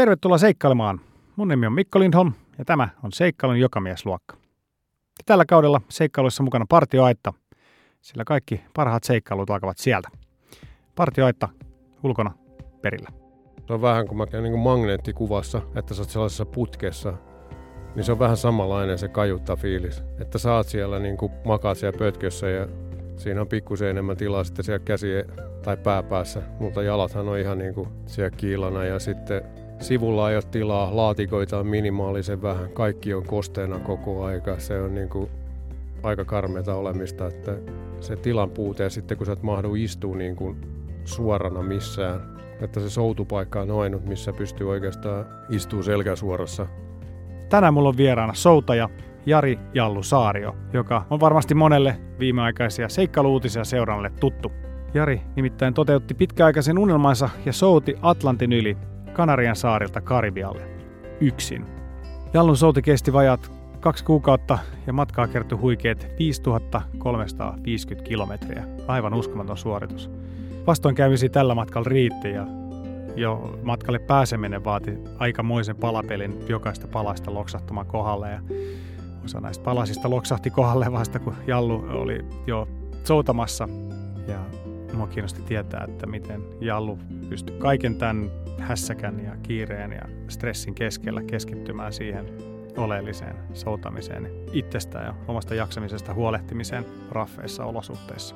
Tervetuloa seikkailemaan. Mun nimi on Mikko Lindholm ja tämä on Seikkailun jokamiesluokka. Ja tällä kaudella seikkailuissa mukana partioaitta, sillä kaikki parhaat seikkailut alkavat sieltä. Partioaitta ulkona perillä. Se on vähän kuin mä käyn niin kuin magneettikuvassa, että sä oot sellaisessa putkessa, niin se on vähän samanlainen se kajutta fiilis. Että sä oot siellä niin kuin makaat siellä pötkössä ja siinä on pikkusen enemmän tilaa sitten siellä käsien tai pääpäässä, mutta jalathan on ihan niin kuin siellä kiilana ja sitten sivulla ei ole tilaa, laatikoita on minimaalisen vähän, kaikki on kosteena koko aika. Se on niin kuin aika karmeata olemista, että se tilan puute ja sitten kun sä et mahdu istua niin kuin suorana missään, että se soutupaikka on ainut, missä pystyy oikeastaan istumaan selkäsuorassa. Tänään mulla on vieraana soutaja Jari Jallu Saario, joka on varmasti monelle viimeaikaisia seikkailuutisia seurannalle tuttu. Jari nimittäin toteutti pitkäaikaisen unelmansa ja souti Atlantin yli Kanarian saarilta Karibialle yksin. Jallun souti kesti vajaat 2 kuukautta ja matkaa kertyi huikeat 5350 kilometriä. Aivan uskomaton suoritus. Vastoinkäymisiä tällä matkalla riitti ja jo matkalle pääseminen vaati aikamoisen palapelin jokaista palasta loksahtamaan kohdalle. Ja osa näistä palasista loksahti kohdalle vasta kun Jallu oli jo soutamassa. Ja mua kiinnosti tietää, että miten Jallu pystyi kaiken tämän hässäkän ja kiireen ja stressin keskellä keskittymään siihen oleelliseen soutamiseen itsestään ja omasta jaksamisesta huolehtimiseen raffeissa olosuhteissa.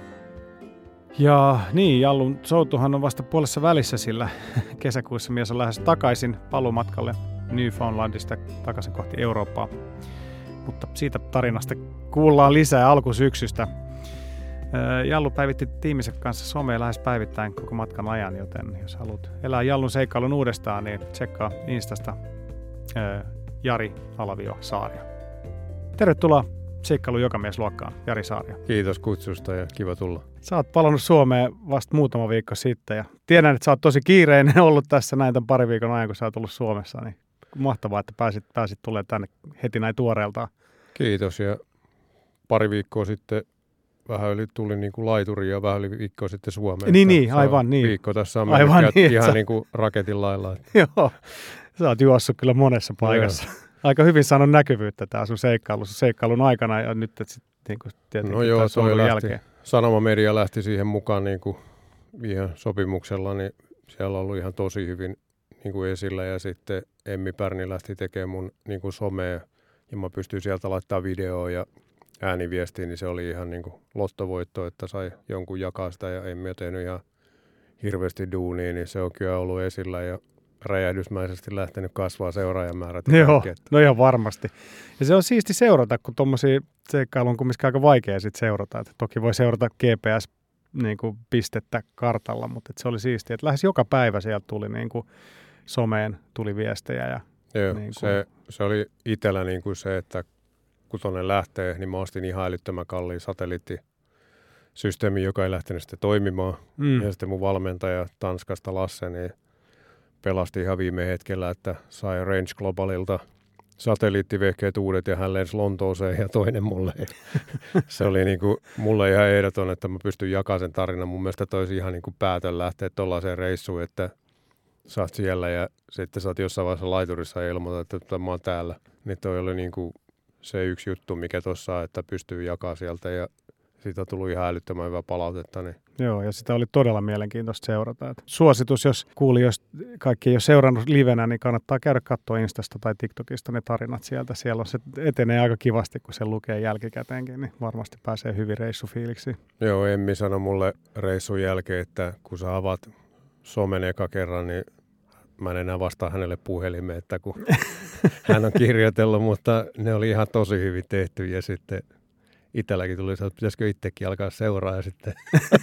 Ja niin, Jallun soutuhan on vasta puolessa välissä, sillä kesäkuussa mies on lähes takaisin paluumatkalle Newfoundlandista takaisin kohti Eurooppaa. Mutta siitä tarinasta kuullaan lisää alkusyksystä. Jallu päivitti tiiminsä kanssa somea lähes päivittäin koko matkan ajan, joten jos haluat elää Jallun seikkailun uudestaan, niin tsekkaa Instasta Jari Saario. Tervetuloa Seikkailun jokamiesluokkaan, Jari Saario. Kiitos kutsusta ja kiva tulla. Sä oot palannut Suomeen vasta muutama viikko sitten ja tiedän, että sä oot tosi kiireinen ollut tässä näin tämän pari viikon ajan, kun sä oot ollut Suomessa. Niin mahtavaa, että pääsit tulemaan tänne heti näin tuoreeltaan. Kiitos ja pari viikkoa sitten vähän yli tuli niin kuin laituri ja vähän yli viikkoa sitten Suomeen. Niin, aivan niin. Viikko tässä on mennyt niin, ihan niin kuin raketin lailla. Joo, sä oot juossut kyllä monessa paikassa. No, aika hyvin saanut näkyvyyttä tää sun seikkailun aikana ja nyt sitten niin tietenkin no joo, soudun jälkeen. Sanomamedia lähti siihen mukaan niin kuin ihan sopimuksella, niin siellä on ollut ihan tosi hyvin niin kuin esillä ja sitten Emmi Pärni lähti tekemään mun niin kuin somea ja mä pystyin sieltä laittamaan videoa ja ääniviestiin, niin se oli ihan niin kuin lottovoitto, että sai jonkun jakaa sitä ja Emmi on tehnyt ihan hirveästi duunia, niin se on kyllä ollut esillä ja räjähdysmäisesti lähtenyt kasvaa seuraajamäärät. Joo, no ihan varmasti. Ja se on siisti seurata, kun tuommoisia seikkailuja on kumminkin aika vaikea sit seurata. Et toki voi seurata GPS-pistettä kartalla, mutta se oli siistiä, että lähes joka päivä sieltä tuli niin kuin someen tuli viestejä. Ja joo, niin se oli itsellä niin kuin se, että kun tuonne lähtee, niin mä ostin ihan älyttömän kalliin satelliittisysteemi, joka ei lähtenyt sitten toimimaan. Ja sitten mun valmentaja Tanskasta Lasse, niin pelasti ihan viime hetkellä, että sai Range Globalilta satelliittivehkeet uudet ja hän lensi Lontooseen ja toinen mulle. Se oli niinku mulle ihan ehdoton, että mä pystyn jakamaan sen tarinan. Mun mielestä toisi ihan niinku päätön lähteä tuollaiseen reissuun, että sä oot siellä ja sitten sä oot jossain vaiheessa laiturissa ja ilmoitat, että mä oon täällä. Niin toi oli niinku se yksi juttu, mikä tuossa, että pystyy jakamaan sieltä ja siitä on tullut ihan älyttömän hyvää palautetta. Niin. Joo, ja sitä oli todella mielenkiintoista seurata. Et suositus, jos kaikki ei ole seurannut livenä, niin kannattaa käydä katsoa Instasta tai TikTokista ne tarinat sieltä. Siellä on se etenee aika kivasti, kun se lukee jälkikäteenkin, niin varmasti pääsee hyvin reissufiiliksi. Joo, Emmi sanoi mulle reissun jälkeen, että kun sä avaat somen eka kerran, niin mä en enää vastaa hänelle puhelimeen, että kun hän on kirjoitellut, mutta ne oli ihan tosi hyvin tehty ja sitten itselläkin tuli se, että pitäisikö itsekin alkaa seuraa ja sitten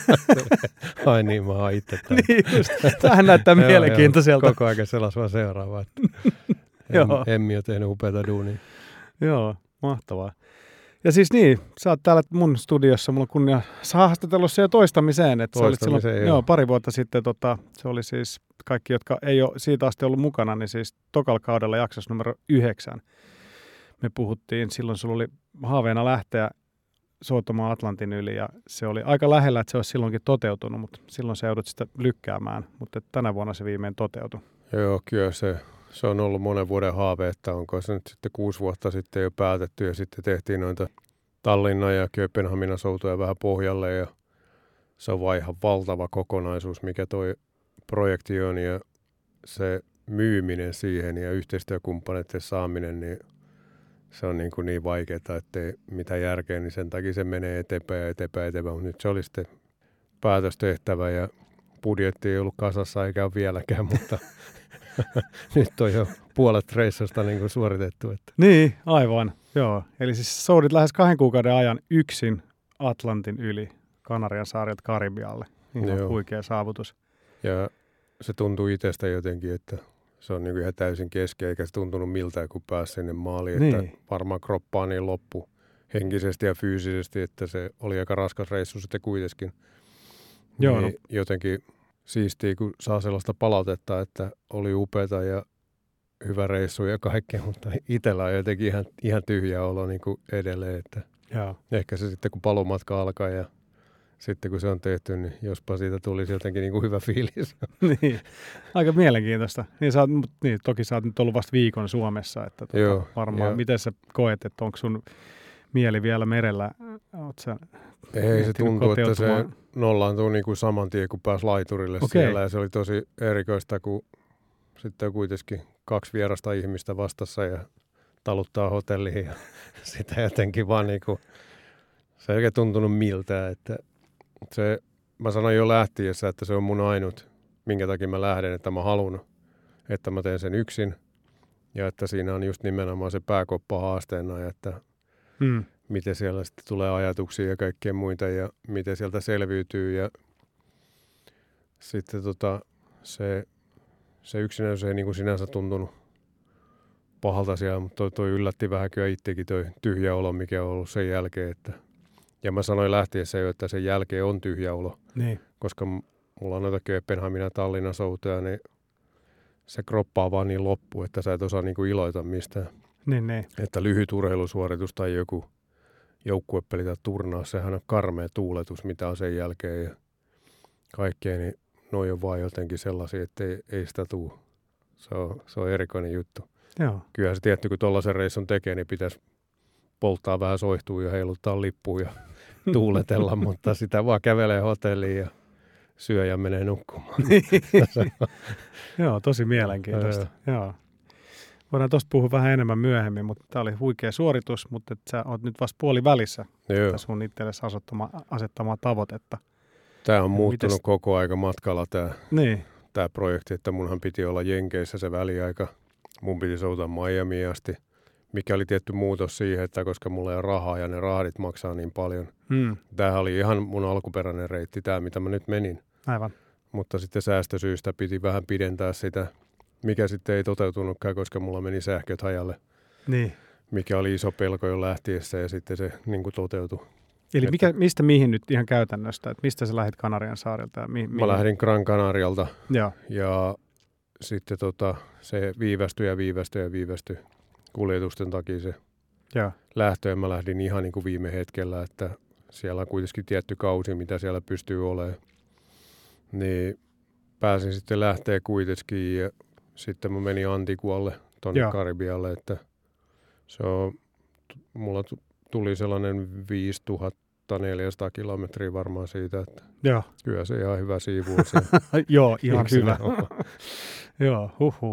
ai niin, mä oon itse täällä. Niin just, tämähän näyttää mielenkiintoiselta. Koko ajan sellaista vaan seuraavaa. Emmi on tehnyt upeata duunia. Joo, mahtavaa. Ja siis niin, sä oot täällä mun studiossa, mulla on kunnia haastatellussa jo toistamiseen. Että silloin, pari vuotta sitten, se oli siis kaikki, jotka ei ole siitä asti ollut mukana, niin siis tokalla kaudella jaksossa numero 9. Me puhuttiin, silloin sulla oli haaveena lähteä soutamaan Atlantin yli ja se oli aika lähellä, että se olisi silloinkin toteutunut, mutta silloin se joudut sitä lykkäämään, mutta tänä vuonna se viimein toteutui. Joo, kyllä se on ollut monen vuoden haave, että onko se nyt sitten 6 vuotta sitten jo päätetty ja sitten tehtiin noita Tallinna ja Kööpenhaminan soutuja vähän pohjalle ja se on vaan ihan valtava kokonaisuus, mikä toi projekti on ja se myyminen siihen ja yhteistyökumppaneiden saaminen, niin se on niin vaikeaa, ettei mitään järkeä, niin sen takia se menee eteenpäin, mutta nyt se oli sitten päätöstehtävä ja budjetti ei ollut kasassa eikä ole vieläkään, mutta nyt on jo puolet reissusta niin kuin suoritettu. Että. Niin, aivan. Joo. Eli siis soudit lähes 2 kuukauden ajan yksin Atlantin yli Kanarian saarilta Karibialle. Ihan huikea saavutus. Ja se tuntuu itsestä jotenkin, että se on niin kuin ihan täysin kesken, eikä se tuntunut miltään, kun pääsi sinne maaliin. Niin. Että varmaan kroppaa niin loppu henkisesti ja fyysisesti, että se oli aika raskas reissu sitten kuitenkin. Joo, niin jotenkin siistiä, kun saa sellaista palautetta, että oli upeata ja hyvä reissu ja kaikkea, mutta itsellä on jotenkin ihan tyhjä olo niin kuin edelleen. Että ehkä se sitten, kun paluumatka alkaa ja sitten kun se on tehty, niin jospa siitä tulisi jotenkin niin kuin hyvä fiilis. Niin, aika mielenkiintoista. Toki sä oot nyt ollut vasta viikon Suomessa, että varmaan miten sä koet, että onko sun mieli vielä merellä? Ei, se tuntuu, että se nollaantuu niin kuin saman tien, kun pääsi laiturille siellä. Ja se oli tosi erikoista, kun sitten on kuitenkin 2 vierasta ihmistä vastassa ja taluttaa hotelliin. Ja sitä jotenkin vaan niin kuin, se ei oikein tuntunut miltään. Että mä sanoin jo lähtiessä, että se on mun ainut, minkä takia mä lähden, että mä haluan, että mä teen sen yksin. Ja että siinä on just nimenomaan se pääkoppa haasteena, että miten siellä sitten tulee ajatuksia ja kaikkea muita ja miten sieltä selviytyy. Ja sitten se yksinäisyys ei niin kuin sinänsä tuntunut pahalta siellä, mutta toi yllätti vähän kyllä itsekin toi tyhjä olo, mikä on ollut sen jälkeen. Ja mä sanoin lähtiessä jo, että sen jälkeen on tyhjä olo, koska mulla on noita Kööpenhaminan Tallinnan soutuja, niin se kroppaa vaan niin loppu, että sä et osaa niin kuin iloita mistään. Niin. Että lyhyt urheilusuoritus tai joku joukkuepeli tai turnaus, sehän on karmea tuuletus, mitä on sen jälkeen ja kaikkea, niin noi on vaan jotenkin sellaisia, että ei sitä tule. Se on erikoinen juttu. Joo. Kyllähän se tietty, kun tollaisen reissun tekee, niin pitäisi polttaa vähän soihtua ja heiluttaa lippuun ja tuuletella, mutta sitä vaan kävelee hotelliin ja syö ja menee nukkumaan. Joo, tosi mielenkiintoista. Joo. Voidaan tuosta puhua vähän enemmän myöhemmin, mutta tämä oli huikea suoritus, mutta sä oot nyt vasta puolivälissä tätä sun itsellesi asettamaa tavoitetta. Tämä on muuttunut koko aika matkalla tämä projekti, että munhan piti olla Jenkeissä se väliaika. Mun piti soutaa Miamiin asti, mikä oli tietty muutos siihen, että koska mulla ei ole rahaa ja ne rahdit maksaa niin paljon. Tämähän oli ihan mun alkuperäinen reitti, tämä mitä mä nyt menin. Aivan. Mutta sitten säästösyystä piti vähän pidentää sitä, mikä sitten ei toteutunutkaan, koska mulla meni sähköt hajalle. Niin. Mikä oli iso pelko jo lähtiessä ja sitten se niin kuin toteutui. Eli mistä mihin nyt ihan käytännöstä? Että mistä sä lähdit Kanarian saarilta? Mä lähdin Gran Canarialta. Ja sitten se viivästyi kuljetusten takia se lähtö. Ja mä lähdin ihan niin kuin viime hetkellä, että siellä on kuitenkin tietty kausi, mitä siellä pystyy olemaan. Niin pääsin sitten lähteä kuitenkin ja sitten mä menin Antigualle tuonne Karibialle, että se on, mulla tuli sellainen 5400 kilometriä varmaan siitä, että kyllä se ihan hyvä siivuus. Joo, ihan hyvä. Joo,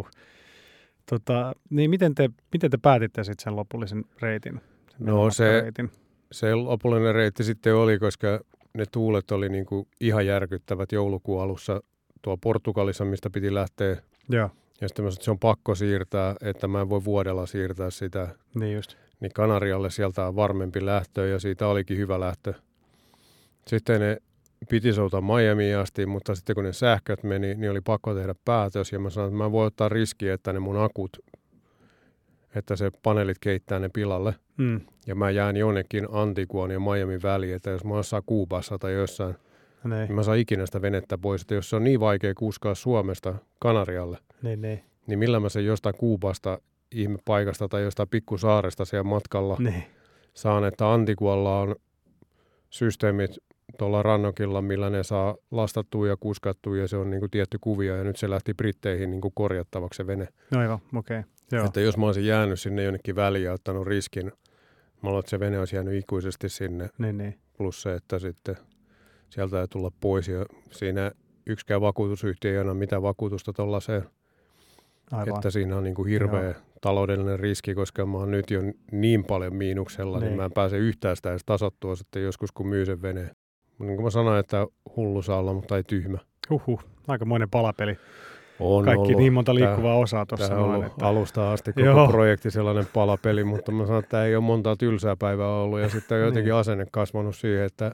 niin miten te päätitte sitten sen lopullisen reitin? Se lopullinen reitti sitten oli, koska ne tuulet oli niinku ihan järkyttävät joulukuun alussa tuolla Portugalissa, mistä piti lähteä. Ja sitten mä sanoin, että se on pakko siirtää, että mä en voi vuodella siirtää sitä. Niin just. Niin Kanarialle sieltä on varmempi lähtö ja siitä olikin hyvä lähtö. Sitten ne piti soutaa Miamiin asti, mutta sitten kun ne sähköt meni, niin oli pakko tehdä päätös. Ja mä sanoin, että mä voin ottaa riskiä, että ne mun akut, että se paneelit keittää ne pilalle. Ja mä jään jonnekin Antiguan ja Miamin väliin, että jos mä oon jossain Kuubassa tai jossain, niin mä saan ikinä sitä venettä pois. Että jos se on niin vaikea kuskaa Suomesta Kanarialle, niin millä mä sen jostain Kuubasta ihmepaikasta tai jostain pikkusaaresta siellä matkalla saan, että Antigualla on systeemit tuolla rannokilla, millä ne saa lastattua ja kuskattua ja se on niin kuin tietty kuvia ja nyt se lähti Britteihin niin kuin korjattavaksi se vene. No aivan, okei. Joo. Että jos mä olisin jäänyt sinne jonnekin väliin ja ottanut riskin, mä luulen, että se vene olisi jäänyt ikuisesti sinne. Niin. Plus se, että sitten sieltä ei tulla pois ja siinä yksikään vakuutusyhtiö ei anna mitään vakuutusta tuollaiseen. Aivan. Että siinä on niin kuin hirveä taloudellinen riski, koska mä oon nyt jo niin paljon miinuksella, niin mä en pääse yhtään sitä edes tasottua sitten joskus, kun myy sen veneen. Niin kuin mä sanoin, että hullu saa olla, mutta ei tyhmä. Aikamoinen palapeli. On kaikki ollut, niin monta liikkuvaa osaa tuossa. Tämä on ollut alusta asti koko projekti sellainen palapeli, mutta mä sanon, että tämä ei ole montaa tylsää päivää ollut. Ja sitten on jotenkin asenne kasvanut siihen, että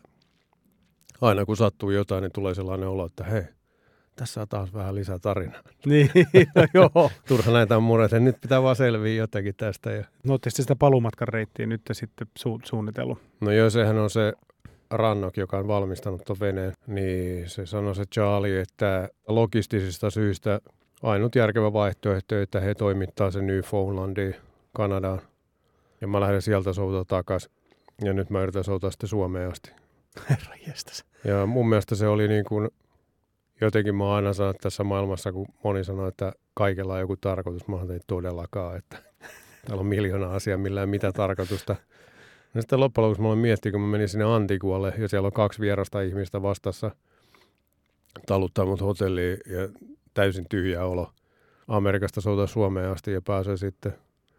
aina kun sattuu jotain, niin tulee sellainen olo, että hei, tässä on taas vähän lisää tarinaa. Niin, no joo. Turha näitä on murheita, nyt pitää vaan selviä jotakin tästä. Ja... No ootte sitä paluumatkan reittiä nyt sitten suunnitellut? No joo, sehän on se Rannok, joka on valmistanut tuon veneen, niin se sanoi se Charlie, että logistisista syistä ainut järkevä vaihtoehto, että he toimittaa sen Newfoundlandiin, Kanadaan. Ja mä lähden sieltä soutaa takaisin. Ja nyt mä yritän soutaa sitten Suomeen asti. Herra jestas. Ja mun mielestä se oli niin kuin, jotenkin mä aina sanon tässä maailmassa, kun moni sanoo, että kaikella on joku tarkoitus. Mä ei todellakaan, että täällä on miljoona asiaa, millään mitä tarkoitusta. Ja sitten loppujen lopuksi mä olen miettinyt, kun mä menin sinne Antigualle ja siellä on 2 vierasta ihmistä vastassa taluttaa mut hotelliin ja täysin tyhjä olo. Amerikasta soutaa Suomeen asti ja pääsee sitten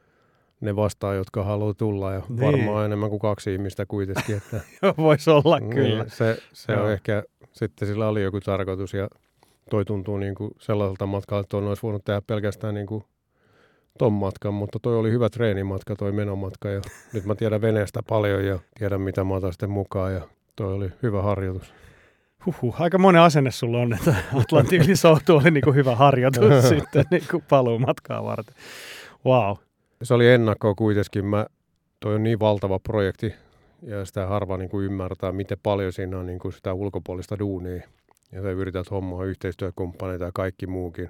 ne vastaan, jotka haluaa tulla ja varmaan enemmän kuin 2 ihmistä kuitenkin. Että voisi olla kyllä. Se on ehkä, sitten sillä oli joku tarkoitus ja toi tuntuu niin kuin sellaiselta matkalta, että on olisi voinut tehdä pelkästään niin kuin ton matkan, mutta toi oli hyvä treenimatka, toi menomatka ja nyt mä tiedän veneestä paljon ja tiedän mitä mä otan sitten mukaan ja toi oli hyvä harjoitus. Aika monen asenne sulla on, että Atlantin yli soutu oli niin kuin hyvä harjoitus sitten niin kuin paluumatkaa varten. Wow. Se oli ennakkoa kuitenkin. Toi on niin valtava projekti ja sitä harva niin kuin ymmärtää, miten paljon siinä on niin kuin sitä ulkopuolista duunia. Ja sä yrität hommaa yhteistyökumppaneita ja kaikki muukin.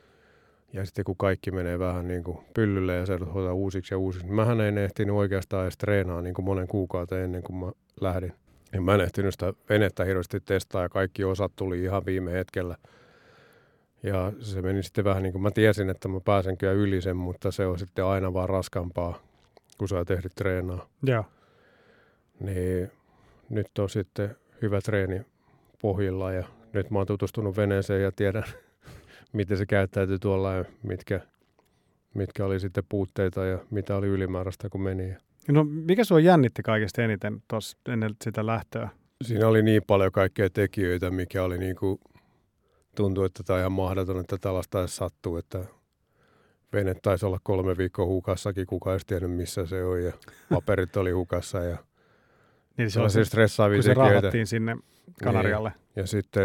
Ja sitten kun kaikki menee vähän niin kuin pyllylle ja se hoitaa uusiksi ja uusiksi. Mähän en ehtinyt oikeastaan edes treenaa niin kuin monen kuukauden ennen kuin mä lähdin. Ja mä en ehtinyt sitä venettä hirveästi testaa ja kaikki osat tuli ihan viime hetkellä. Ja se meni sitten vähän niin kuin mä tiesin, että mä pääsen kyllä yli sen, mutta se on sitten aina vaan raskampaa, kun sä oot ehdi treenaa. Joo. Niin nyt on sitten hyvä treeni pohjilla ja nyt mä oon tutustunut veneeseen ja tiedän, miten se käyttäytyy tuolla ja mitkä oli sitten puutteita ja mitä oli ylimääräistä, kun meni. No mikä sua jännitti kaikista eniten tuossa ennen sitä lähtöä? Siinä oli niin paljon kaikkea tekijöitä, mikä oli niin kuin, tuntui, että tämä on ihan mahdoton, että tällaista edes sattuu, että vene taisi olla 3 viikkoa hukassakin, kukaan ei tiennyt missä se on ja paperit oli hukassa ja niin se oli stressaavia kun tekijöitä. Se raahattiin sinne Kanarialle. Niin. Ja sitten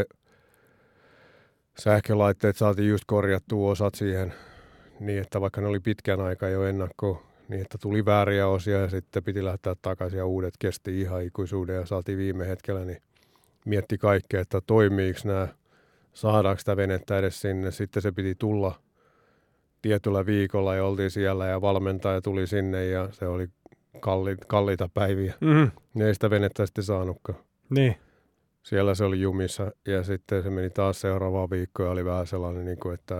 sähkölaitteet saatiin just korjattua osat siihen niin, että vaikka ne oli pitkän aikaa jo ennakkoon, niin että tuli vääriä osia ja sitten piti lähteä takaisin ja uudet kesti ihan ikuisuuden ja saatiin viime hetkellä, niin mietti kaikkea, että toimiiko nämä, saadaanko sitä venettä edes sinne. Sitten se piti tulla tietyllä viikolla ja oltiin siellä ja valmentaja tuli sinne ja se oli kalliita päiviä. Mm-hmm. Ei sitä venettä sitten saanutkaan. Niin. Siellä se oli jumissa ja sitten se meni taas seuraavaan viikkoon ja oli vähän sellainen, että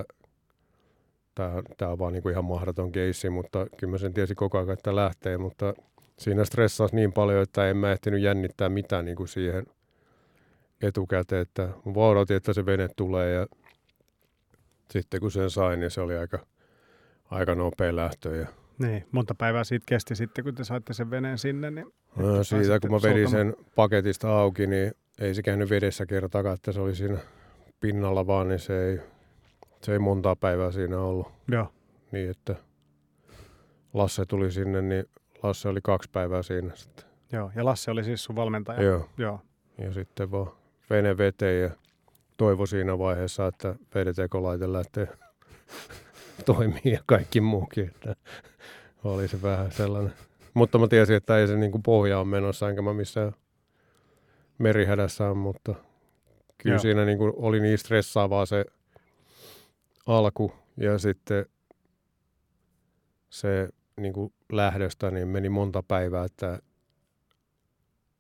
tämä on vaan ihan mahdoton keissi, mutta kyllä mä sen tiesin koko ajan, että lähtee, mutta siinä stressasi niin paljon, että en mä ehtinyt jännittää mitään siihen etukäteen, että mä odotin, että se vene tulee ja sitten kun sen sain, niin se oli aika nopea lähtö. Ja niin, monta päivää siitä kesti sitten, kun te saitte sen veneen sinne. Niin no, siitä kun mä vedin sen paketista auki, niin ei se käynyt vedessä kertakaan, että se oli siinä pinnalla vaan, niin se ei montaa päivää siinä ollut. Joo. Niin, että Lasse tuli sinne, niin Lasse oli 2 päivää siinä sitten. Joo, ja Lasse oli siis sun valmentaja. Joo. Ja sitten vaan vene veteen ja toivo siinä vaiheessa, että vedetekolaite lähtee toimii ja kaikki muukin. Että oli se vähän sellainen. Mutta mä tiesin, että ei se niin kuin pohja on menossa, enkä mä missään merihädässä on, mutta kyllä siinä niin kuin oli niin stressaavaa se alku ja sitten se niin kuin lähdöstä niin meni monta päivää, että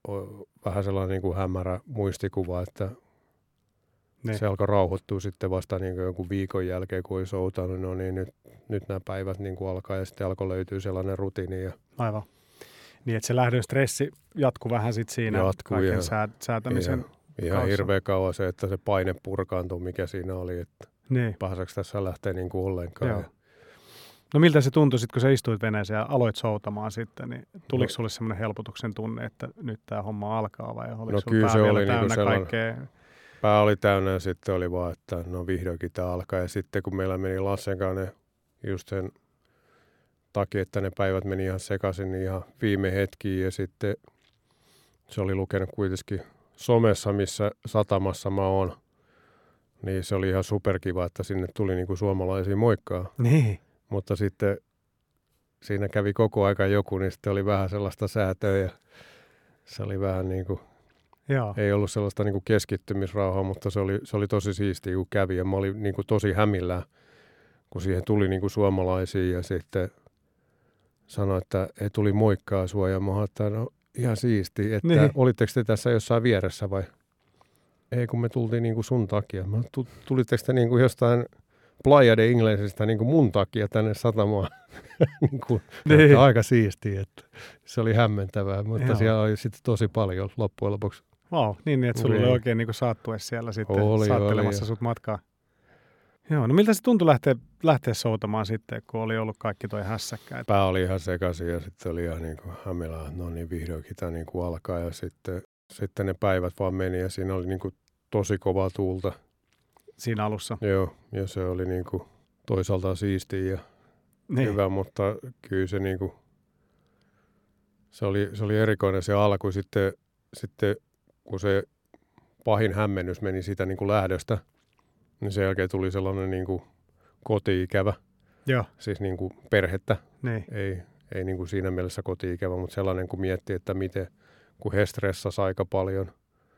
vähän sellainen niin kuin hämärä muistikuva, että Niin. se alkoi rauhoittua sitten vasta niin kuin jonkun viikon jälkeen, kun oli soutanut. No niin, nyt nämä päivät niin kuin alkaa ja sitten alkoi löytyä sellainen rutiini. Ja Aivan. Niin, että se lähdön stressi jatkuu vähän sitten siinä kaiken säätämisen ihan hirveä kauan se, että se paine purkaantui, mikä siinä oli, että niin. pääseekö tässä lähteä niin kuin ollenkaan. Joo. No miltä se tuntui sitten, kun sä istuit veneeseen ja aloit soutamaan sitten, niin tuliko sulle semmoinen helpotuksen tunne, että nyt tämä homma alkaa vai oliko sulla pää vielä täynnä kaikkea? Pää oli täynnä ja sitten oli vaan, että no vihdoinkin tämä alkaa. Ja sitten kun meillä meni Lassen kanssa just sen takia, että ne päivät meni ihan sekaisin niin ihan viime hetkiin. Ja sitten se oli lukenut kuitenkin somessa, missä satamassa mä oon. Niin se oli ihan superkiva, että sinne tuli niinku suomalaisia moikkaa. Niin. Mutta sitten siinä kävi koko aika joku, niin sitten oli vähän sellaista säätöä ja se oli vähän niin kuin, ei ollut sellaista niin kuin keskittymisrauhaa, mutta se oli tosi siistiä, kun kävi ja mä olin niin kuin tosi hämillään, kun siihen tuli niin kuin suomalaisia ja sitten sanoi, että ei tuli moikkaa sua ja mä ajattelin, no ihan siistiä, että niin. Olitteko te tässä jossain vieressä vai? Ei, kun me tultiin niin kuin sun takia. Mä tulitteko te niin kuin jostain Playa de Inglesistä niin kuin mun takia tänne satamaan. Niin. Aika siistiä, että se oli hämmentävää, mutta siellä oli sitten tosi paljon loppujen lopuksi. Niin, että sulla oli oikein niin kuin saattue siellä sitten saattelemassa sut matkaa. Joo, no miltä se tuntui lähteä soutamaan sitten, kun oli ollut kaikki toi hässäkkä? Pää oli ihan sekaisin ja sitten oli ihan niin kuin hämillään, että no niin vihdoinkin tämä niin kuin alkaa ja sitten ne päivät vaan meni ja siinä oli niin kuin tosi kovaa tuulta. Siinä alussa? Joo, ja se oli niin kuin toisaalta siistiä ja hyvä, mutta kyllä se niin kuin, se oli erikoinen se alku sitten kun se pahin hämmennys meni sitä niin kuin lähdöstä, niin sen jälkeen tuli sellainen niin kuin koti-ikävä, siis niin kuin perhettä, ei niin kuin siinä mielessä koti-ikävä, mutta sellainen kun miettii, että miten, kun he stressasi aika paljon,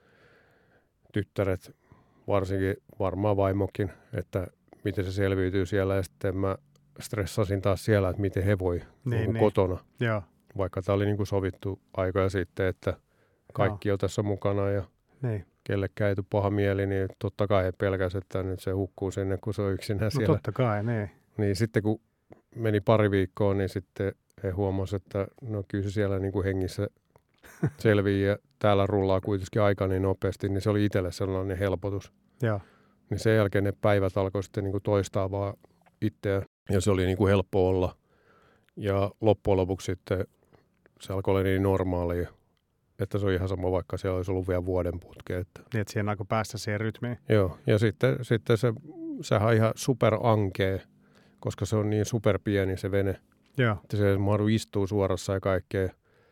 tyttäret varsinkin, varmaan vaimokin, että miten se selviytyy siellä ja sitten mä stressasin taas siellä, että miten he voi kotona, vaikka tämä oli niin kuin sovittu aikoja sitten, että kaikki on tässä mukana ja kellekään ei tule paha mieli, niin totta kai he pelkäsivät, että nyt se hukkuu sinne, kun se on yksinään siellä. No totta kai, niin sitten kun meni pari viikkoa, niin sitten he huomasivat, että no kyllä se siellä niin kuin hengissä selvii ja täällä rullaa kuitenkin aika niin nopeasti, niin se oli itselle sellainen helpotus. Niin sen jälkeen ne päivät alkoi sitten niin kuin toistaa vaan itseään ja se oli niin kuin helppo olla. Ja loppujen lopuksi sitten se alkoi olla niin normaalia, että se on ihan sama, vaikka siellä olisi ollut vielä vuoden putke. Että. Niin, että siihen alkoi päästä siihen rytmiin. Joo, ja sitten sehän on ihan superankea, koska se on niin superpieni se vene. Että se mahdu istuu suorassa ja kaikkea.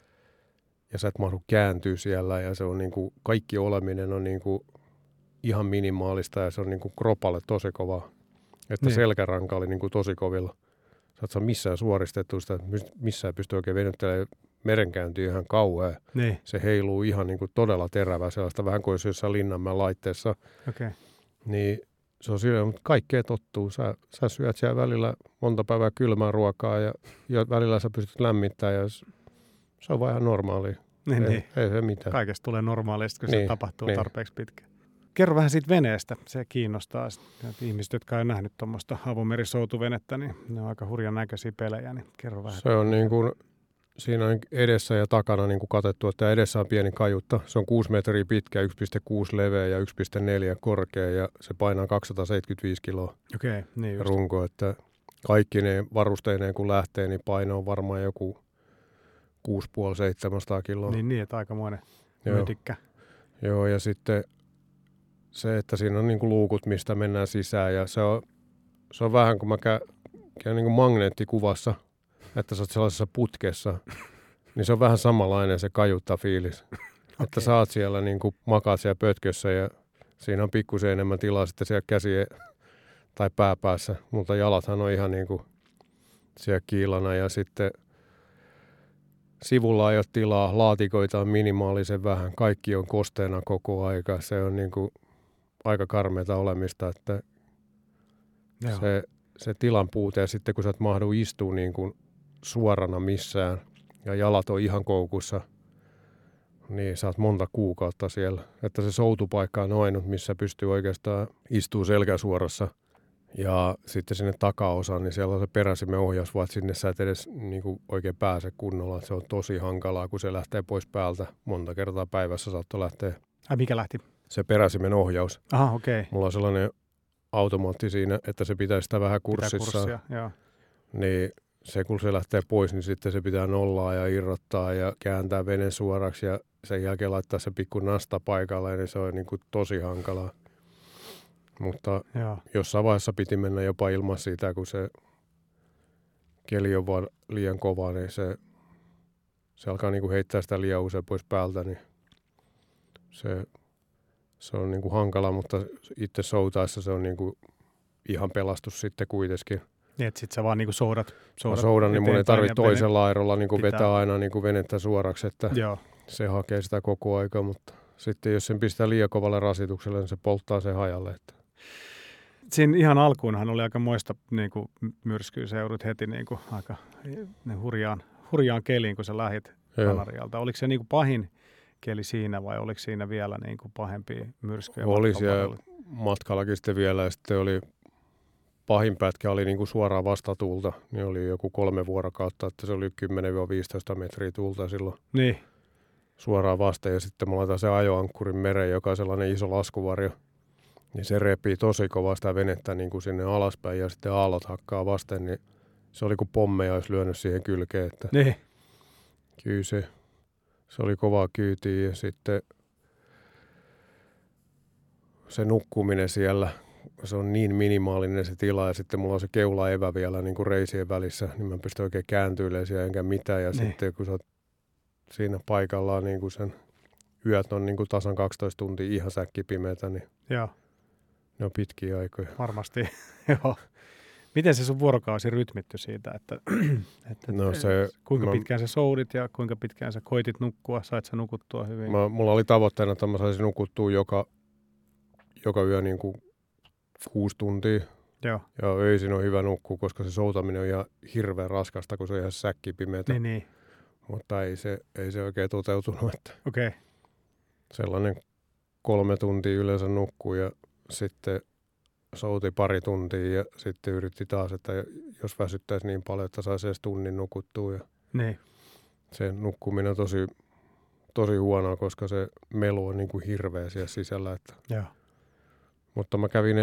Ja sä et mahdu kääntyä siellä ja se on niin kuin, kaikki oleminen on niin kuin ihan minimaalista ja se on niin kuin kropalle tosi kova. Että selkäranka oli niin kuin tosi kovilla. Sä et saa missään suoristettua sitä, missään pystyy oikein venyttelemään merenkäyntiä ihan kauhean. Se heiluu ihan niin kuin todella terävää sellaista, vähän kuin jossain Linnanmäen laitteessa. Niin se on siinä, mutta kaikkea tottuu. Sä syöt siellä välillä monta päivää kylmää ruokaa ja välillä sä pystyt lämmittämään ja se on vaan ihan normaalia. Ei se mitään. Kaikesta tulee normaalista, kun se tapahtuu tarpeeksi pitkään. Kerro vähän siitä veneestä. Se kiinnostaa. Ihmiset, jotka on nähnyt tuommoista avomerisotuvenettä, niin ne on aika hurjan näköisiä pelejä. Niin kerro vähän. Se on niin kuin, siinä on edessä ja takana niin kuin katettu, että edessä on pieni kajutta. Se on 6 metriä pitkä, 1,6 leveä ja 1,4 korkea ja se painaa 275 kiloa runko. Että kaikki ne varusteineen kun lähtee, niin paino on varmaan joku 6,5-700 kiloa. Niin, että aikamoinen mötikkä. Joo, ja sitten se, että siinä on niin kuin luukut, mistä mennään sisään. Ja se on vähän kuin mä käyn niin kuin magneettikuvassa, että sä oot sellaisessa putkessa. Niin se on vähän samanlainen se kajutta-fiilis. Että sä oot siellä niin kuin makaat siellä pötkössä ja siinä on pikkusen enemmän tilaa sitten siellä käsien tai pääpäässä. Mutta jalathan on ihan niin kuin siellä kiilana ja sitten sivulla ei ole tilaa, laatikoita on minimaalisen vähän, kaikki on kosteena koko aika. Se on niin kuin aika karmeata olemista, että se tilan puute ja sitten kun sä et mahdu istua niin kuin suorana missään ja jalat on ihan koukussa, Niin, sä oot monta kuukautta siellä. Että se soutupaikka on ainut, missä pystyy oikeastaan istuu selkäsuorassa. Ja sitten sinne takaosaan, niin siellä on se peräsimen ohjaus, vaan sinne sä et edes niin kuin oikein pääse kunnolla. Se on tosi hankalaa, kun se lähtee pois päältä. Monta kertaa päivässä saattoi lähteä. Mikä lähti? Se peräsimen ohjaus. Aha, okei. Okay. Mulla on sellainen automaatti siinä, että se pitää sitä vähän kurssissa. Joo. Niin se kun se lähtee pois, niin sitten se pitää nollaa ja irrottaa ja kääntää vene suoraksi ja sen jälkeen laittaa se pikku nasta paikalle, niin se on niin kuin tosi hankalaa. Mutta jossain vaiheessa piti mennä jopa ilman sitä, kun se keli on vaan liian kova, niin se alkaa niin kuin heittää sitä liian usein pois päältä, niin se on niin kuin hankala, mutta itse soutaessa se on niin kuin ihan pelastus sitten kuitenkin. Niin, että sitten sä vaan niin kuin soudat soudan, niin mun ei tarvitse toisella airolla niin kuin vetää aina niin kuin venettä suoraksi, että se hakee sitä koko aika, mutta sitten jos sen pistää liian kovalle rasitukselle, niin se polttaa sen hajalle. Että. Siinä ihan alkuunhan oli aika moista niin kuin myrskyä, se joudut heti niin kuin aika hurjaan keliin, kun sä lähdit Kanarialta. Oliko se niin kuin pahin keli siinä vai oliko siinä vielä niin kuin pahempia myrskyjä? Oli siellä matkallakin sitten vielä ja sitten oli pahin pätkä oli niin kuin suoraan vastatuulta, niin oli joku 3 vuorokautta, että se oli 10-15 metriä tuulta silloin suoraan vasta. Ja sitten mulla laitan se ajoankkurin mereen, joka on sellainen iso laskuvarjo, niin se repii tosi kovaa sitä venettä niin kuin sinne alaspäin ja sitten aallot hakkaa vasten, niin se oli kuin pommeja olisi lyönyt siihen kylkeen. Että kyllä se oli kovaa kyytiä ja sitten se nukkuminen siellä, se on niin minimaalinen se tila ja sitten mulla on se keulaevä vielä niin kuin reisien välissä, niin mä pystyn oikein kääntyilemään siellä enkä mitään ja sitten kun sä oot siinä paikallaan niin kuin sen yöt on niin kuin tasan 12 tuntia ihan säkkipimeätä, niin ne on pitkiä aikoja. Varmasti, joo. Miten se sun vuorokausi rytmitty siitä, että kuinka pitkään sä soudit ja kuinka pitkään sä koitit nukkua, sait sä nukuttua hyvin? Mulla oli tavoitteena, että mä saisin nukuttua joka yö niin kuin 6 tuntia. Joo. Ja öisin on hyvä nukkua, koska se soutaminen on ihan hirveän raskasta, kun se on ihan säkkipimeätä. Niin. Mutta ei se oikein toteutunut. Okei. Sellainen 3 tuntia yleensä nukkuu ja sitten souti 2 tuntia ja sitten yritti taas, että jos väsyttäisi niin paljon, että saisi edes tunnin nukuttua. Ja se nukkuminen on tosi huonoa, koska se melu on niin kuin hirveä siellä sisällä. Että. Mutta mä kävin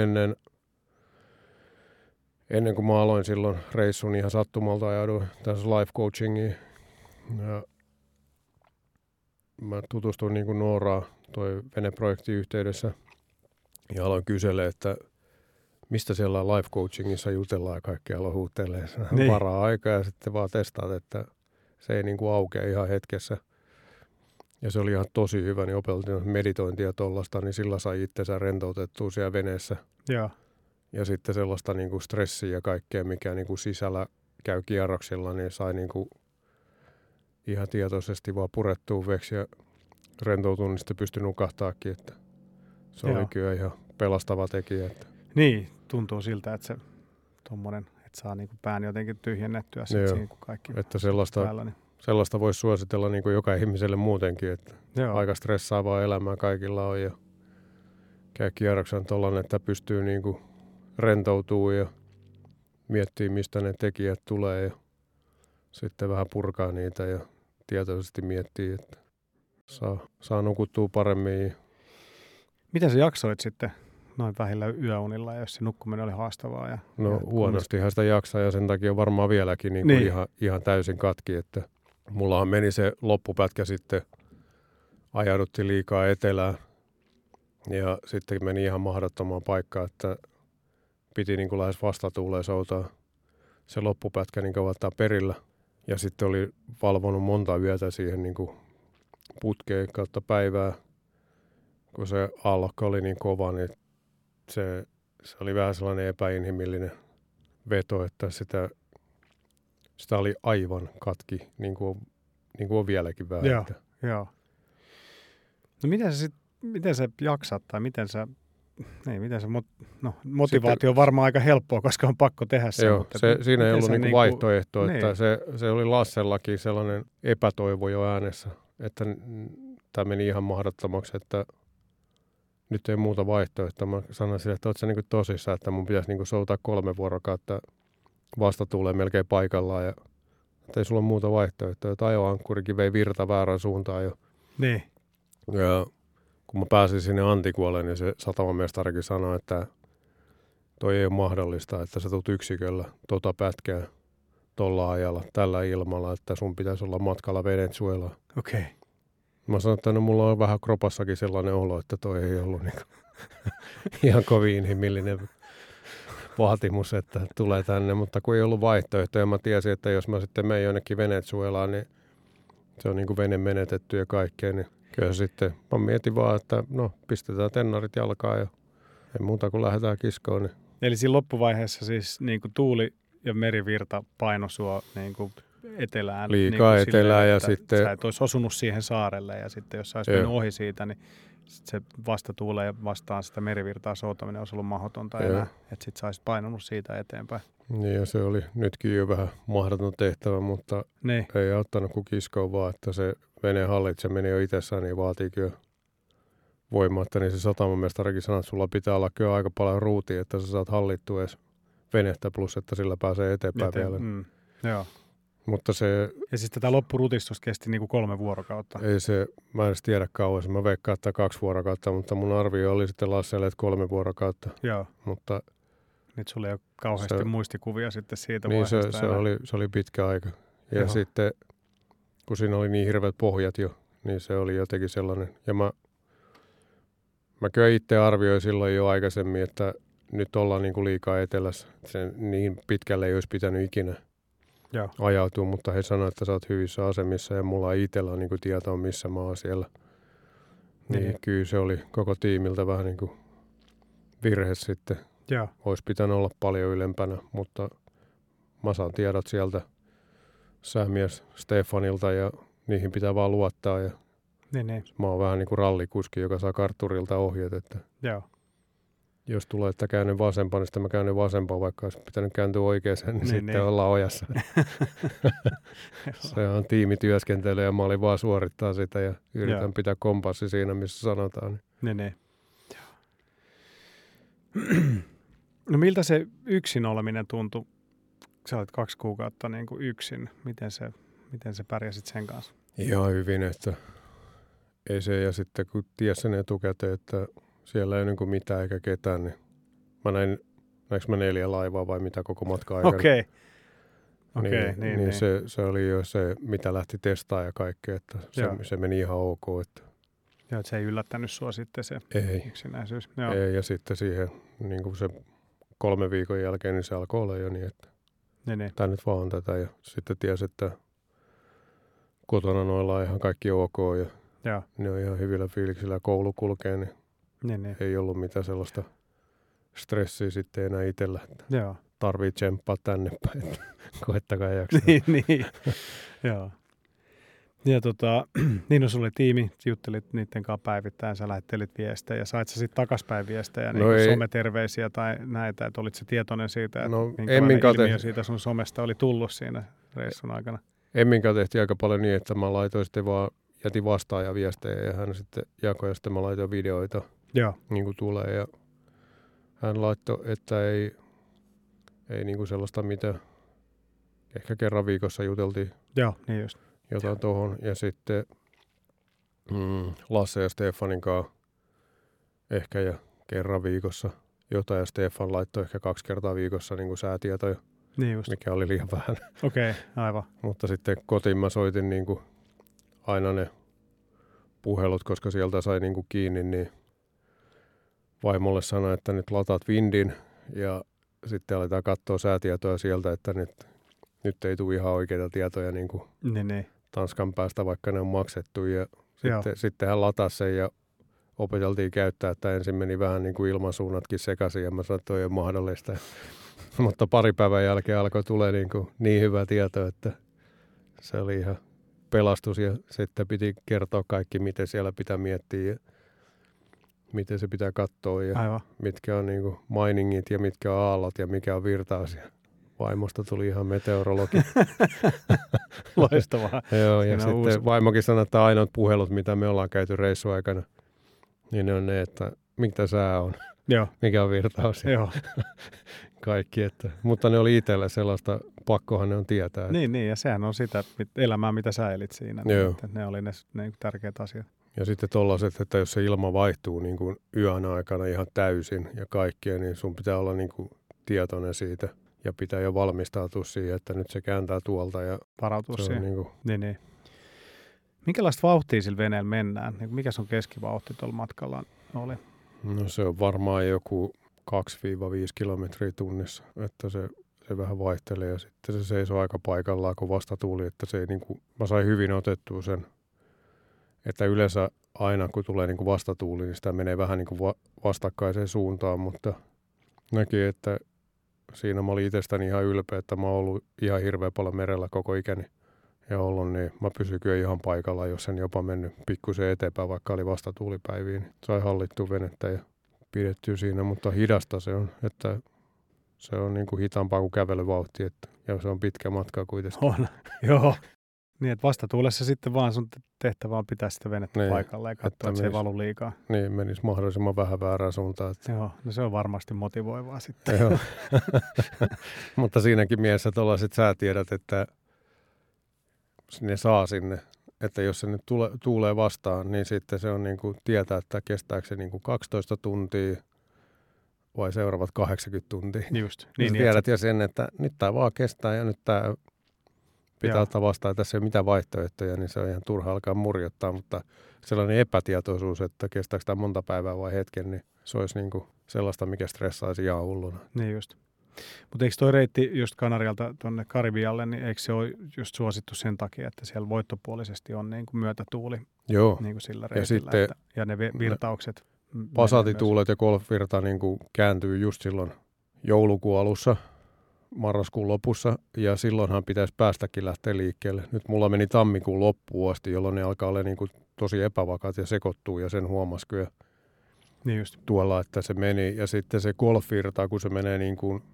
ennen kuin mä aloin silloin reissun ihan sattumalta ajauduin tässä life coachingiin. Ja mä tutustuin niin kuin Nooraan toi veneprojektin yhteydessä ja aloin kysellä, että mistä siellä life coachingissa jutellaan ja kaikki aloin huuttelee. Varaa aikaa ja sitten vaan testaat, että se ei niin kuin aukea ihan hetkessä. Ja se oli ihan tosi hyvä, niin opeteltiin meditointia tollasta, niin sillä sai itsensä rentoutettua siellä veneessä. Ja sitten sellaista niin kuin stressiä ja kaikkea, mikä niin kuin sisällä käy kierroksilla, niin sai niin kuin ihan tietoisesti vaan purettua veksi ja rentoutua, niin sitten pystyi nukahtaakin. Että se oli kyllä ihan pelastava tekijä. Että. Niin, tuntuu siltä, että se tommonen, että saa niin kuin pään jotenkin tyhjennettyä siinä, kun kaikki että sellaista voisi suositella niin kuin joka ihmiselle muutenkin, että aika stressaavaa elämää kaikilla on ja käy kierroksen tollainen, että pystyy niin kuin rentoutumaan ja miettii, mistä ne tekijät tulee ja sitten vähän purkaa niitä ja tietoisesti miettii, että saa nukuttua paremmin. Miten sä jaksoit sitten noin vähillä yöunilla, jos se nukkuminen oli haastavaa? Huonostihan sitä jaksaa ja sen takia varmaan vieläkin niin kuin ihan täysin katki, että mullahan meni se loppupätkä sitten, ajauduttiin liikaa etelään ja sitten meni ihan mahdottomaan paikkaan, että piti niin kuin lähes vastatuuleen soutaa se loppupätkä niin kauan perillä. Ja sitten oli valvonut monta yötä siihen niin kuin putkeen kautta päivää, kun se aallokko oli niin kova, niin se oli vähän sellainen epäinhimillinen veto, että sitä oli aivan katki, niin kuin on vieläkin vähän. Joo. No miten sä jaksat tai motivaatio on varmaan aika helppoa, koska on pakko tehdä se. Joo, siinä ei ollut niinku vaihtoehtoa, että se oli Lassellakin sellainen epätoivo jo äänessä, että tämä meni ihan mahdottomaksi, että nyt ei muuta vaihtoehtoa. Mä sanoin sille, että oot sä niin tosissaan, että mun pitäisi niin soutaa 3 vuorokautta vasta tulee melkein paikallaan. Ja että ei sulla ole muuta vaihtoehtoa. Että ajoankkurikin vei virta väärään suuntaan jo. Niin. Ja kun mä pääsin sinne Antikuolle, niin se satamamestarikin sanoi, että toi ei ole mahdollista, että sä tulet yksiköllä pätkää tolla ajalla, tällä ilmalla, että sun pitäisi olla matkalla Venezuelaan. Okei. Okay. Mä sanoin, että no mulla on vähän kropassakin sellainen olo, että toi ei ollut niin ihan kovin inhimillinen vaatimus, että tulee tänne, mutta kun ei ollut vaihtoehtoja, mä tiesin, että jos mä sitten menen jonnekin Venezuelaan, niin se on niin kuin vene menetetty ja kaikkea, niin kyllä sitten mä mietin vaan, että no pistetään tennarit jalkaan ja ei muuta kuin lähdetään kiskoon. Niin. Eli siinä loppuvaiheessa siis niin kuin tuuli ja merivirta paino sua niin kuin etelään. Liikaa niin etelään silleen, ja sitten... Sä et olisi osunut siihen saarelle ja sitten jos sä olisi mennyt ohi siitä, niin sit se vastatuuleen ja vastaan sitä merivirtaa soutaminen olisi ollut mahdotonta enää. Että sit sä olisit painunut siitä eteenpäin. Niin ja se oli nytkin jo vähän mahdoton tehtävä, mutta niin. Ei auttanut kuin kiskoon vaan, että se veneen hallitseminen jo itsessään niin vaatii kyllä voimatta. Niin se satamamestarikin sanoi, että sulla pitää olla kyllä aika paljon ruutia, että sä saat hallittua edes venettä plus, että sillä pääsee eteenpäin vielä. Joo. Mutta se... Ja siis tätä loppurutistusta kesti niin kuin 3 vuorokautta. Ei se, mä en edes tiedä kauan. Mä veikkaan, että 2 vuorokautta, mutta mun arvio oli sitten Lasselle, että 3 vuorokautta. Joo. Mutta... Nyt sulla ei ole kauheasti muistikuvia sitten siitä niin vaiheesta. Se oli pitkä aika. Ja Joo. sitten, kun siinä oli niin hirveät pohjat jo, niin se oli jotenkin sellainen. Ja mä kyllä itse arvioin silloin jo aikaisemmin, että nyt ollaan niin kuin liikaa etelässä. Se niin pitkälle ei olisi pitänyt ikinä ajautua, mutta he sanoivat, että sä oot hyvissä asemissa ja mulla ei itsellä niin kuin tietoa, missä mä oon siellä. Niin kyllä se oli koko tiimiltä vähän niin kuin virhe sitten. Joo. Olisi pitänyt olla paljon ylempänä, mutta mä saan tiedot sieltä säämies Stefanilta ja niihin pitää vaan luottaa. Ja niin. Mä oon vähän niin kuin rallikuski, joka saa kartturilta ohjeet, että jos tulee, että käänny vasempaan, niin sitten mä käännyn vasempaan, vaikka olisi pitänyt kääntyä oikeaan, niin sitten ollaan ojassa. Se on tiimityöskentely ja mä olin vaan suorittaa sitä ja yritän pitää kompassi siinä, missä sanotaan. Niin. No miltä se yksin oleminen tuntui? Sä olet 2 kuukautta niin kuin yksin. Miten sä pärjäsit sen kanssa? Ihan hyvin, että ei se, ja sitten kun ties sen etukäteen, että siellä ei niin kuin mitään eikä ketään, niin näinkö mä 4 laivaa vai mitä koko matka aikana. Okei. Niin. Se oli jo se, mitä lähti testaamaan ja kaikkea, että se meni ihan ok. Että. Joo, että se ei yllättänyt sua sitten se yksinäisyys. Joo. Ei, ja sitten siihen niin kuin se 3 viikon jälkeen, niin se alkoi olla jo niin, että tämä nyt vaan on tätä. Ja sitten tiesi, että kotona noilla on ihan kaikki ok ja ne on ihan hyvillä fiiliksillä, koulu kulkee, niin. Ei ollut mitään sellaista stressiä sitten enää itsellä. Joo. Tarvii tsemppaa tänne päin, että koettakaa jaksaa. niin. Joo. Ja niin sulla oli tiimi, juttelit niiden kanssa päivittäin, sä lähettelit viestejä ja sait sä sitten takaspäin viestejä, niin someterveisiä tai näitä, että olit sä tietoinen siitä, että minkälainen ilmiö siitä sun somesta oli tullut siinä reissun aikana? Emminkaan tehtiin aika paljon niin, että mä laitoin sitten vaan, jätin vastaajaviestejä ja hän sitten jakoi ja sitten mä laitoin videoita, niin kuin tulee ja hän laittoi, että ei niin kuin sellaista mitä, ehkä kerran viikossa juteltiin. Joo, niin just. Jotain tuohon. Ja sitten Lasse ja Stefanin kanssa ehkä ja kerran viikossa jotain. Ja Stefan laittoi ehkä 2 kertaa viikossa niin kuin säätietoja, mikä oli liian vähän. Okei, aivan. Mutta sitten kotiin mä soitin niin kuin aina ne puhelut, koska sieltä sai niin kuin kiinni. Niin vaimolle sanoi, että nyt lataat Windin ja sitten aletaan katsoa säätietoja sieltä, että nyt ei tule ihan oikeita tietoja niin kuin Tanskan päästä, vaikka ne on maksettu. Ja sitten hän latasi sen ja opeteltiin käyttää, että ensin meni vähän niin kuin ilmansuunnatkin sekaisin ja mä sanoin, että toi ei ole mahdollista. Mutta pari päivän jälkeen alkoi tulla niin hyvä tieto, että se oli ihan pelastus ja sitten piti kertoa kaikki, miten siellä pitää miettiä ja miten se pitää katsoa ja mitkä on niin kuin miningit ja mitkä on aallot ja mikä on virtaus ja Vaimosta tuli ihan meteorologi. Loistavaa. Joo, ja sitten vaimokin sanoi, että ainoat puhelut, mitä me ollaan käyty reissuaikana, niin ne on ne, että mitä sää on, Joo. mikä on virtaus. Joo. Kaikki, mutta ne oli itselle sellaista, pakkohan ne on tietää. Niin, ja sehän on sitä elämää, mitä sä elit siinä. Niin, ne oli ne tärkeät asiat. Ja sitten tollaiset, että jos se ilma vaihtuu niin kuin yön aikana ihan täysin ja kaikkea, niin sun pitää olla niin kuin tietoinen siitä ja pitää jo valmistautua siihen, että nyt se kääntää tuolta. Ja varautua siihen. Niin kuin... niin. Minkälaista vauhtia sillä veneellä mennään? Mikä sun keskivauhti tuolla matkalla oli? No se on varmaan joku 2-5 kilometriä tunnissa, että se vähän vaihtelee ja sitten se seisoo aika paikallaan, kun vastatuuli, että se ei niin kuin, mä sain hyvin otettua sen, että yleensä aina kun tulee niin kuin vastatuuli, niin sitä menee vähän niin kuin vastakkaiseen suuntaan, mutta näki, että siinä mä olin itsestäni ihan ylpeä, että mä oon ollut ihan hirveän paljon merellä koko ikäni ja ollut, niin mä pysyin kyllä ihan paikalla, jos en jopa mennyt pikkusen eteenpäin, vaikka oli vastatuulipäiviä, niin sai hallittua venettä ja pidettyä siinä, mutta hidasta se on, että se on niin kuin hitaampaa kuin kävelyvauhti, ja se on pitkä matka kuitenkin. On, joo. Niin, että vastatuulessa sitten vaan sun tehtävä on pitää sitä venettä niin, paikalla ja katsoa, että se ei valu liikaa. Niin, menisi mahdollisimman vähän väärään suuntaan. Että... Joo, no se on varmasti motivoivaa sitten. Joo. Mutta siinäkin mielessä tuollaiset säätiedot, että ne saa sinne. Että jos se nyt tuulee vastaan, niin sitten se on niin kuin tietää, että kestääkö se niin kuin 12 tuntia vai seuraavat 80 tuntia. Just. Niin tiedät jo sen, että nyt tämä vaan kestää ja nyt tämä pitää ottaa vastaan, että tässä ei ole mitään vaihtoehtoja, niin se on ihan turha alkaa murjottaa, mutta sellainen epätietoisuus, että kestääkö tämä monta päivää vai hetken, niin se olisi niin kuin sellaista, mikä stressaisi ihan hulluna. Niin just. Mutta eikö toi reitti just Kanarialta tuonne Karibialle, niin eikö se ole just suosittu sen takia, että siellä voittopuolisesti on niin kuin myötätuuli. Joo. Niin kuin sillä reitillä, ja sitten ja ne virtaukset. Pasatituulet ja golfvirta niin kuin kääntyy just silloin joulukuun alussa, marraskuun lopussa, ja silloinhan pitäisi päästäkin lähteä liikkeelle. Nyt mulla meni tammikuun loppuun asti, jolloin ne alkaa olla niin kuin tosi epävakaat ja sekoittuu, ja sen huomasi kyllä niin just tuolla, että se meni. Ja sitten se golfvirta, kun se menee niin kuin,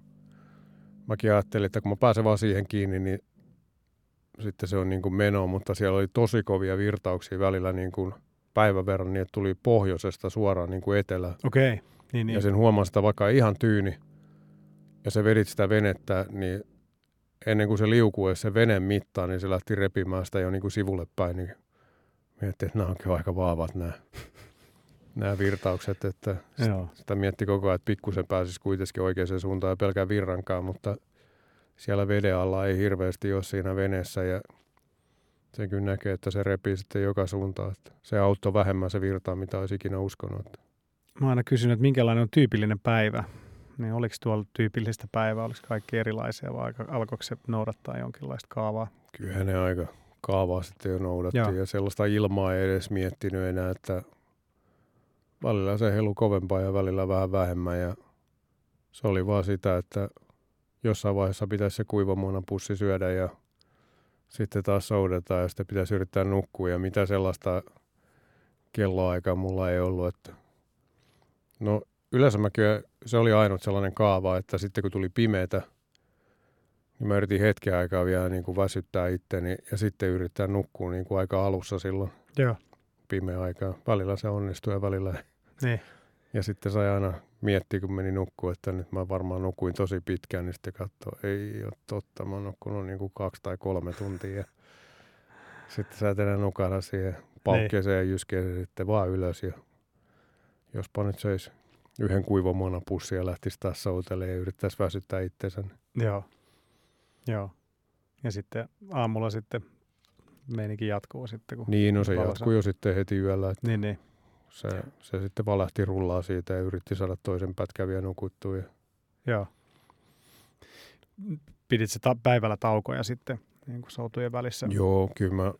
mäkin ajattelin, että kun mä pääsen vaan siihen kiinni, niin sitten se on niin kuin meno, mutta siellä oli tosi kovia virtauksia välillä niin kuin päivän verran, niin että tuli pohjoisesta suoraan niin kuin etelään. Okei. Niin. Ja sen huomasi, että vaikka ihan tyyni, ja se vedit sitä venettä, niin ennen kuin se liukui se veneen mittaan, niin se lähti repimään sitä jo niin kuin sivulle päin. Niin miettii, että nämä onkin aika vaavat nämä virtaukset. Että sitä mietti koko ajan, että pikkusen pääsisi kuitenkin oikeaan suuntaan ja pelkään virrankaan, mutta siellä veden alla ei hirveästi ole siinä veneessä ja se kyllä näkee, että se repii sitten joka suuntaan. Että se auttoi vähemmän se virtaa, mitä olisi ikinä uskonut. Mä oon aina kysynyt, että minkälainen on tyypillinen päivä. Niin oliko tuolla tyypillistä päivää, oliko kaikki erilaisia vai alkoiko se noudattaa jonkinlaista kaavaa? Kyllähän ne aika kaavaa sitten jo noudatti ja sellaista ilmaa ei edes miettinyt enää, että välillä se helu kovempaa ja välillä vähän vähemmän ja se oli vaan sitä, että jossain vaiheessa pitäisi se kuivamuonapussi syödä ja sitten taas soudetaan ja sitten pitäisi yrittää nukkua ja mitä sellaista kelloaikaa mulla ei ollut, että no yleensä se oli ainut sellainen kaava, että sitten kun tuli pimeätä, niin mä yritin hetken aikaa vielä niin kuin väsyttää itteni ja sitten yrittää nukkua niin kuin aika alussa silloin. Joo. Pimeä aikaa. Välillä se onnistui ja välillä ei. Niin. Ja sitten sai aina miettiä, kun meni nukkua, että nyt mä varmaan nukuin tosi pitkään, niin sitten katsoo, ei ole totta, mä oon nukkunut niin kuin 2 tai 3 tuntia. Ja sitten sä et enää nukahda siihen paukkeeseen ja jyskeeseen sitten vaan ylös. Ja jospa nyt söisi yhden kuivamuonapussin ja lähtisi taas soutelemaan ja yrittäisi väsyttää itsensä. Joo. Ja sitten aamulla sitten meininki jatkuu sitten. Kun niin, no se jatkuu jo sitten heti yöllä. Niin. Se sitten vaan lähti rullaa siitä ja yritti saada toisen pätkän vielä nukuttua. Joo. Pidit se päivällä taukoja sitten niin kuin soutujen välissä? Joo, kyllä mä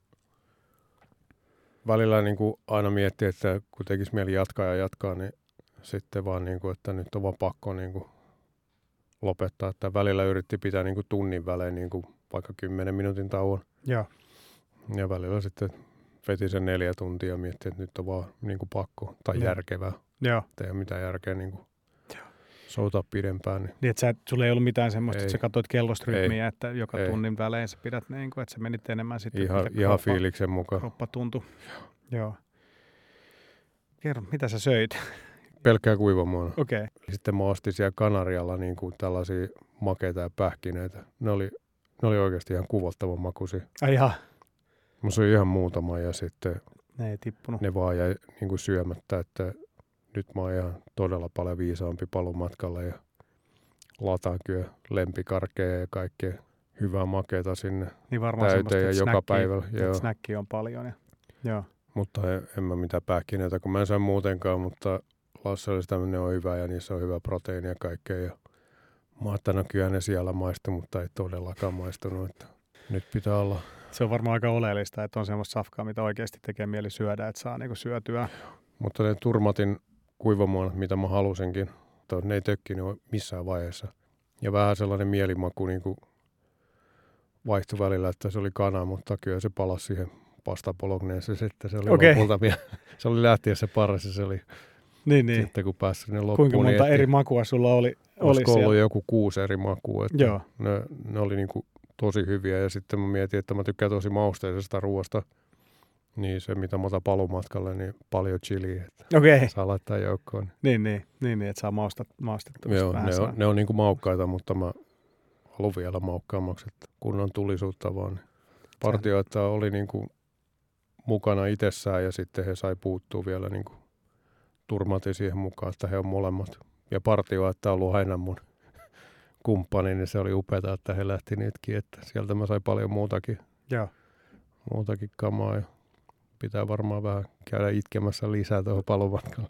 välillä niin kuin aina miettii, että kun tekisi mieli jatkaa, niin sitten vaan, niin kuin, että nyt on vaan pakko niin kuin lopettaa. Että välillä yritti pitää niin kuin tunnin välein niin kuin vaikka 10 minuutin tauon. Joo. Ja välillä sitten veti sen 4 tuntia ja mietti, että nyt on vaan niin kuin pakko tai järkevää. Joo. Ei ole mitään järkeä niin kuin soutaa pidempään. Niin, että sulla ei ollut mitään semmoista, että sä katsoit kellosta rytmiä, että joka Ei. tunnin välein sä pidät, niin kuin, että sä menit enemmän sitten. Ihan fiiliksen mukaan. Kroppa tuntui. Joo. Kerro, mitä sä söit? Pelkkää kuivamuona. Okei. Sitten mä ostin siellä Kanarialla niin kuin tällaisia makeita ja pähkinöitä. Ne oli oikeasti ihan kuvottavan makuisia. Ai ihan. Mä söin ihan muutama ja sitten Ne ei tippunut. ne vaan jäi niin kuin syömättä, että nyt mä oon ihan todella paljon viisaampi palumatkalla ja lataan kyllä lempikarkkeja ja kaikkea hyvää makeita sinne Niin varmaan täyteen ja joka päivällä. Snäkkiä on paljon. Ja, joo. Mutta en mä mitään pähkinöitä, kun mä en saa muutenkaan, mutta Lasse tämmöinen on hyvä ja niissä on hyvä proteiini ja kaikkea. Ja mä ajattelin, että kyllä ne siellä maistu, mutta ei todellakaan maistunut. Että nyt pitää olla. Se on varmaan aika oleellista, että on semmoista safkaa, mitä oikeasti tekee mieli syödä, että saa niinku syötyä. Mutta ne turmatin kuivamuonat, mitä mä halusinkin, ne ei tökkinyt missään vaiheessa. Ja vähän sellainen mielimaku niin kuin vaihtui välillä, että se oli kana, mutta kyllä se palasi siihen pastapologneeseen sitten. Se oli lopulta se oli lähtiessä parissa, se oli niin. sitten kun pääsi sinne loppuun. Kuinka monta eri makua sulla oli olisiko siellä? ollut joku 6 eri makua. Että joo. Ne oli niin kuin tosi hyviä ja sitten mä mietin, että mä tykkään tosi mausteisesta ruoasta. Niin se, mitä mä otan palumatkalle, niin paljon chiliä. Okei. Saa laittaa joukkoon. Niin, että saa maustettua. Joo, ne on niin kuin maukkaita, mutta mä haluan vielä maukkaammaksi, että kunnon tulisuutta vaan. Partioita oli niin kuin mukana itsessään ja sitten he sai puuttua vielä niin kuin turmati siihen mukaan, että he on molemmat. Ja partioita on ollut aina mun kumppani, niin se oli upeata, että he lähti nytkin, että sieltä mä sain paljon muutakin kamaa. Ja pitää varmaan vähän käydä itkemässä lisää tuohon palumatkalle.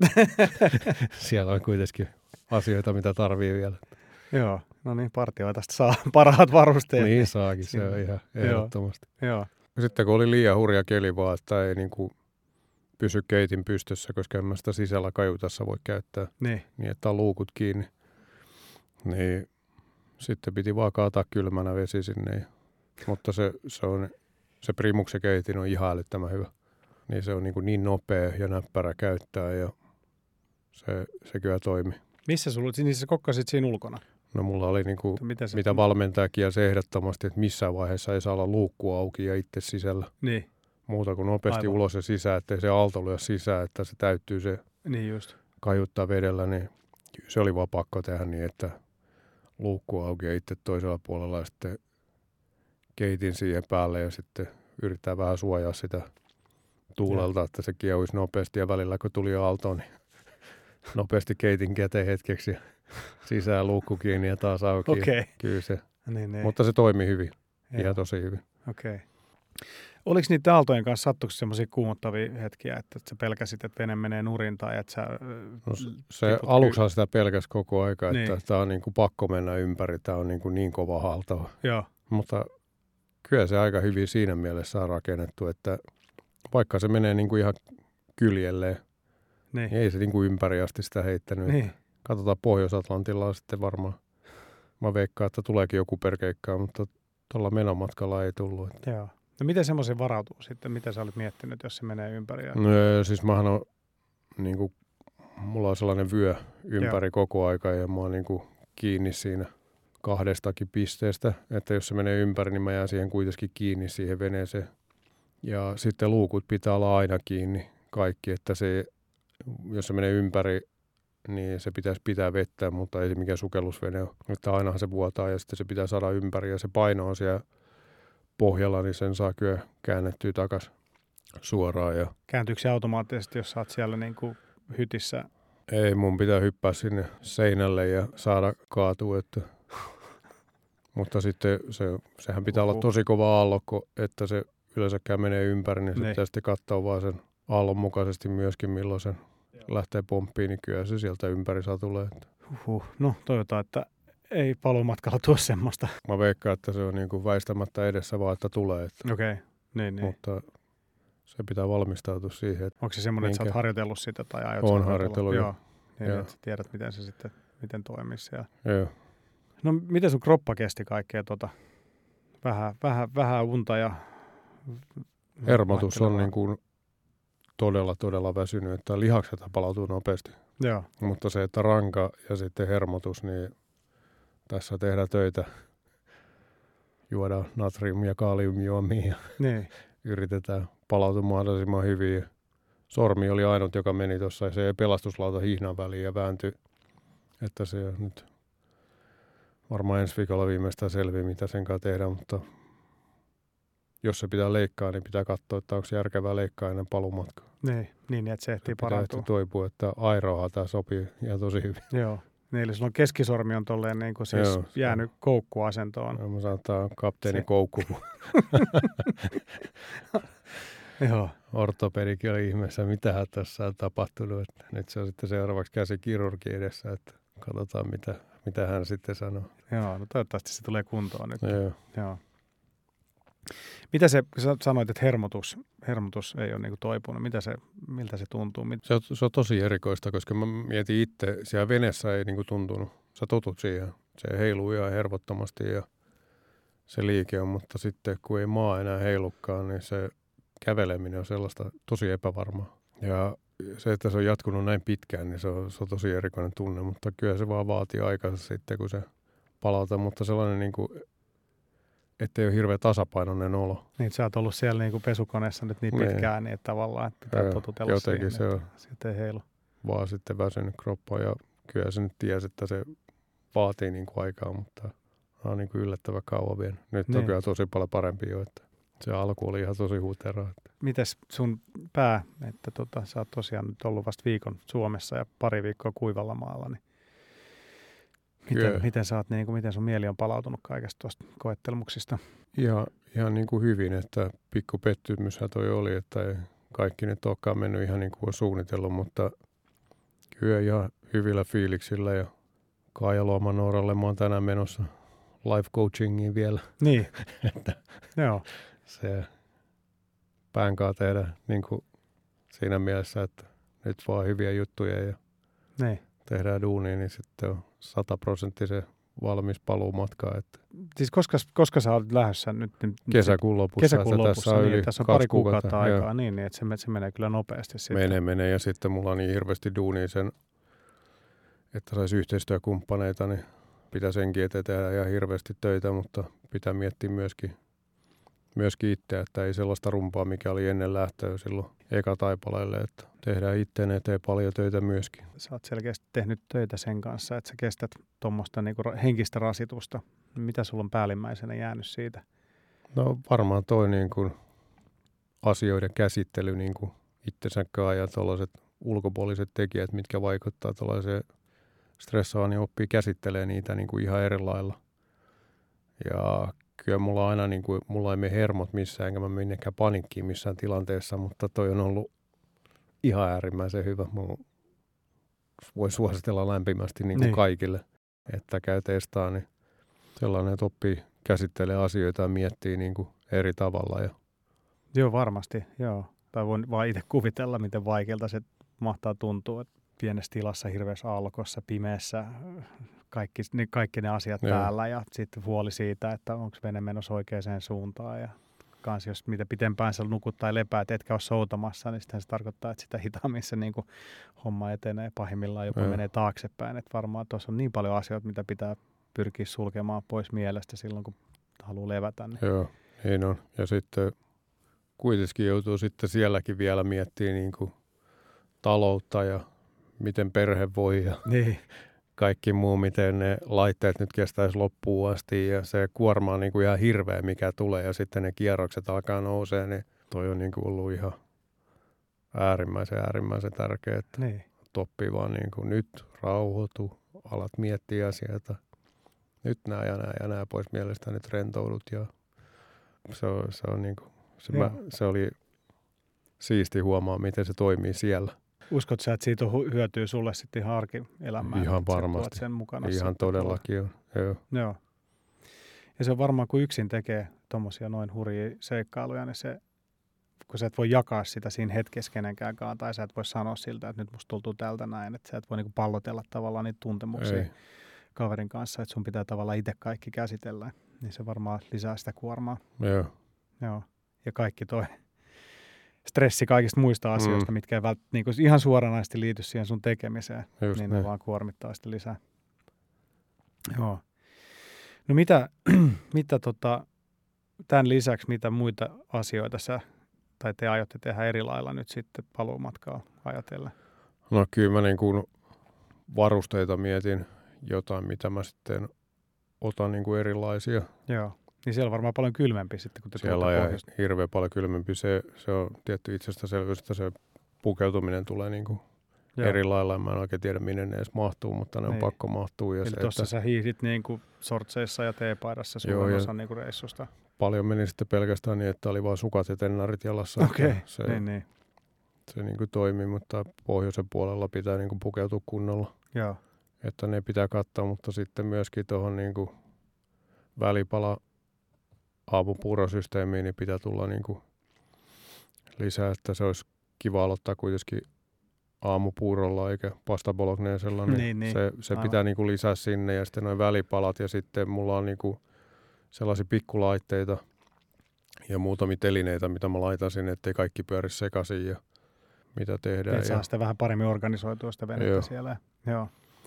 Siellä on kuitenkin asioita, mitä tarvii vielä. Joo, no niin, partioitasta saa parhaat varusteet. Niin saakin, se on ihan ehdottomasti. Joo. Sitten kun oli liian hurja keli vaan, että ei niin kuin pysy keitin pystyssä, koska en mä sitä sisällä kajutassa voi käyttää. Niin, että on luukut kiinni. Niin sitten piti vaan kaataa kylmänä vesi sinne. Mutta se Primuksen keitin on ihan älyttömän hyvä. Niin se on niin nopea ja näppärä käyttää ja se kyllä toimi. Missä sulla oli? Niin sä kokkasit siinä ulkona? No mulla oli mitä valmentaja kielsi ehdottomasti, että missään vaiheessa ei saa olla luukku auki ja itse sisällä. Niin. Muuta kuin nopeasti ulos ja sisään, ettei se aalto lyö sisään, että se täyttyy se kajuttaa vedellä. Niin se oli vaan pakko tehdä niin, että luukku auki ja itse toisella puolella ja sitten keitin siihen päälle ja sitten yrittää vähän suojaa sitä tuulelta, että se kiehuisi nopeasti ja välillä kun tuli aalto, niin nopeasti keitin käteen hetkeksi ja sisään luukku kiinni ja taas auki. Okay. Kyllä se. Niin. Mutta se toimi hyvin. Ihan tosi hyvin. Okei. Oliko niitä aaltojen kanssa sattuiko semmoisia kuumottavia hetkiä, että sä pelkäsit, että vene menee nurin tai että sä... Se aluksihan sitä pelkäsi koko aika, että tämä on niin kuin pakko mennä ympäri, tämä on niin kova haalto. Joo. Mutta kyllä se aika hyvin siinä mielessä on rakennettu, että vaikka se menee niin kuin ihan kyljelleen, niin ei se niin kuin ympäri asti sitä heittänyt. Niin. Katsotaan Pohjois-Atlantilla sitten varmaan. Mä veikkaan, että tuleekin joku perkeikkaa, mutta tuolla menomatkalla ei tullut. Että. Joo. No miten semmoisen varautuu sitten? Mitä sä olet miettinyt, jos se menee ympäri? No, siis mähän on, niin kuin, mulla on sellainen vyö ympäri koko aika ja mä oon niin kuin kiinni siinä 2 pisteestä. Että jos se menee ympäri, niin mä jään siihen kuitenkin kiinni siihen veneeseen. Ja sitten luukut pitää olla aina kiinni kaikki, että se, jos se menee ympäri, niin se pitäisi pitää vettä, mutta ei se mikään sukellusvene ole. Että ainahan se vuotaa ja sitten se pitää saada ympäri ja se paino on siellä pohjalla, niin sen saa kyllä käännettyä takaisin suoraan. Ja kääntyykö se automaattisesti, jos sä oot siellä niin kuin hytissä? Ei, mun pitää hyppää sinne seinälle ja saada kaatua. Mutta sitten sehän pitää olla tosi kova aallokko, että se yleensäkään menee ympäri, niin se pitää sitten katsoa vaan sen aallon mukaisesti myöskin, milloin sen lähtee pomppiin, niin kyllä se sieltä ympäri saa tulee. No toivotaan, että ei paluumatkalla tuo semmoista. Mä veikkaan, että se on niin kuin väistämättä edessä vaan, että tulee. Okei, niin. Mutta se pitää valmistautua siihen. Onko se semmoinen, että sä oot harjoitellut sitä tai aiot? On harjoitellut, joo. Niin, että sä tiedät, miten toimii siellä. Joo. No miten sun kroppa kesti kaikkea vähän unta ja... Hermotus on niin kuin todella väsynyt, että lihakset palautuu nopeasti. Joo. Mutta se, että ranka ja sitten hermotus, niin tässä tehdään töitä. Juodaan natrium- ja kaliumjuomia ja Niin. yritetään palautua mahdollisimman hyvin. Sormi oli ainut, joka meni tuossa, se ei pelastuslauta hihnan väliin ja vääntyi, että se nyt varmaan ensi viikolla viimeistään selviää, mitä sen kanssa tehdään, mutta jos se pitää leikkaa, niin pitää katsoa, että onko se järkevää leikkaa ennen palumatkaa. Niin, että se ehtii parantua. Pitää toipua, että airoahan tämä sopii ihan tosi hyvin. Joo. Niin, eli sulla on keskisormi on tolleen niin kuin siis jäänyt koukkuasentoon. Joo, mä sanon, että tämä on kapteeni koukku. Joo. Ortopedikin oli ihmeessä, mitähän tässä on tapahtunut. Että nyt se on sitten seuraavaksi käsikirurgi edessä, että katsotaan mitä hän sitten sanoo. Joo, no toivottavasti se tulee kuntoon nyt. Joo. Mitä se, sä sanoit, että hermotus ei ole niinku toipunut. Miltä se tuntuu? Se on tosi erikoista, koska mä mietin itse, siellä veneessä ei niinku tuntunut. Sä totut siihen. Se heiluu ihan hervottomasti ja se liike on, mutta sitten kun ei maa enää heilukaan, niin se käveleminen on sellaista tosi epävarmaa. Ja se, että se on jatkunut näin pitkään, niin se on tosi erikoinen tunne, mutta kyllä se vaan vaatii aikansa sitten, kun se palautaa, mutta sellainen niinku ettei ole hirveän tasapainoinen olo. Niin, sä oot ollut siellä niinku pesukoneessa nyt niin pitkään, niin että tavallaan että pitää totutella jotenkin siihen, se että siitä ei heilu. Vaan sitten väsynyt kroppa ja kyllä se nyt tiesi, että se vaatii niinku aikaa, mutta on niinku yllättävän kauan vielä. Nyt on kyllä tosi paljon parempi jo, että se alku oli ihan tosi huteraa. Mites sun pää, että sä oot tosiaan nyt ollut vasta viikon Suomessa ja pari viikkoa kuivalla maalla, niin miten sä oot, niin kuin, miten sun mieli on palautunut kaikesta tuosta koettelmuksista? Ihan niin kuin hyvin, että pikku pettymyshän toi oli, että ei kaikki nyt olekaan mennyt ihan niin kuin on suunnitellut, mutta kyllä ihan hyvillä fiiliksillä ja Kaija Luoman Nooralle mä oon tänään menossa life coachingiin vielä. Niin, että joo. Se pään kanssa tehdä niin kuin siinä mielessä, että nyt vaan hyviä juttuja ja tehdään duunia, niin sitten on 100% valmis paluumatkaa. Että siis koska sä olet lähdössä nyt? Kesäkuun lopussa. Tässä on, tässä on pari kuukautta aikaa, niin että se menee kyllä nopeasti. Menee ja sitten mulla on niin hirveästi duunia sen, että saisi yhteistyökumppaneita, niin pitää senkin eteen tehdä ihan hirveästi töitä, mutta pitää miettiä myöskin itse, että ei sellaista rumpaa, mikä oli ennen lähtöä silloin eka taipaleelle, että tehdään itteen eteen paljon töitä myöskin. Sä oot selkeästi tehnyt töitä sen kanssa, että sä kestät tuommoista niinku henkistä rasitusta. Mitä sulla on päällimmäisenä jäänyt siitä? No varmaan toi niinku asioiden käsittely niinku itsensä kanssa ja tuollaiset ulkopuoliset tekijät, mitkä vaikuttaa tuollaiseen stressaan, niin oppii käsittelemään niitä niinku ihan eri lailla. Ja kyllä mulla aina mulla ei mene hermot missään, enkä mä minnekään panikkiin missään tilanteessa, mutta toi on ollut ihan äärimmäisen hyvä. Mä voi suositella lämpimästi kaikille, että käy testaa, niin sellainen, että oppii käsittelee asioita ja miettii eri tavalla. Joo, varmasti, joo. Tai voin vaan itse kuvitella, miten vaikealta se mahtaa tuntua, että pienessä tilassa, hirveässä aallokossa, pimeässä, kaikki ne asiat päällä ja sitten huoli siitä, että onko vene menossa oikeaan suuntaan ja kans jos mitä pitempään sä nukut tai lepäät, etkä ole soutamassa, niin sitten se tarkoittaa, että sitä hitaammin se homma etenee, pahimmillaan jopa menee taaksepäin. Että varmaan tuossa on niin paljon asioita, mitä pitää pyrkiä sulkemaan pois mielestä silloin, kun haluaa levätä. Niin. Joo, niin on. Ja sitten kuitenkin joutuu sitten sielläkin vielä miettimään taloutta ja miten perhe voi ja kaikki muu, miten ne laitteet nyt kestäisi loppuun asti ja se kuorma on ihan hirveä, mikä tulee ja sitten ne kierrokset alkaa nousee, niin toi on ollut ihan äärimmäisen tärkeää, että toppii vaan nyt rauhoitu, alat miettiä asioita, nyt nää ja nää pois mielestä, nyt rentoudut ja se oli siisti huomaa, miten se toimii siellä. Uskot sä, että siitä on hyötyä sulle sitten ihan arkielämään? Ihan varmasti. Sen mukana ihan todellakin on. Joo. Ja se on varmaan, kun yksin tekee tommosia noin hurjia seikkailuja, niin kun sä et voi jakaa sitä siinä hetkessä kenenkään kanssa, tai sä et voi sanoa siltä, että nyt musta tuntuu tältä näin, että sä et voi pallotella tavallaan niitä tuntemuksia kaverin kanssa, että sun pitää tavallaan itse kaikki käsitellä, niin se varmaan lisää sitä kuormaa. Joo. Ja kaikki toi stressi kaikista muista asioista, mitkä ei niin kuin ihan suoranaisesti liity siihen sun tekemiseen, Just niin ne. ne vaan kuormittaa sitten lisää. Joo. No mitä tämän lisäksi, mitä muita asioita te aiotte tehdä eri lailla nyt sitten paluumatkaa ajatellen? No kyllä mä niin kuin varusteita mietin jotain, mitä mä sitten otan niin kuin erilaisia. Joo. Niin siellä on varmaan paljon kylmempi sitten, kun te Siellä on hirveän paljon kylmempi. Se on tietty itsestäselvyys, että se pukeutuminen tulee niin kuin eri lailla. Mä en oikein tiedä, minne ne edes mahtuu, mutta ne on pakko mahtua. Eli tuossa sä hiihdit niin kuin sortseissa ja teepaidassa suurin osa niin kuin reissusta. Paljon meni sitten pelkästään niin, että oli vaan sukat ja tennarit jalassa. Okei, niin. Se niin kuin toimii, mutta pohjoisen puolella pitää niin kuin pukeutua kunnolla. Joo. Että ne pitää katsoa, mutta sitten myöskin tuohon niin kuin välipala aamupuurosysteemiin niin pitää tulla niin kuin lisää, että se olisi kiva aloittaa kuitenkin aamupuurolla eikä pasta bolognesella, niin se pitää niin kuin lisää sinne ja sitten noin välipalat ja sitten mulla on niin kuin sellaisia pikkulaitteita ja muutamia telineitä, mitä mä laitan sinne, ettei kaikki pyöri sekaisin ja mitä tehdään. Et saa sitä vähän paremmin organisoitua sitä venettä siellä. Joo.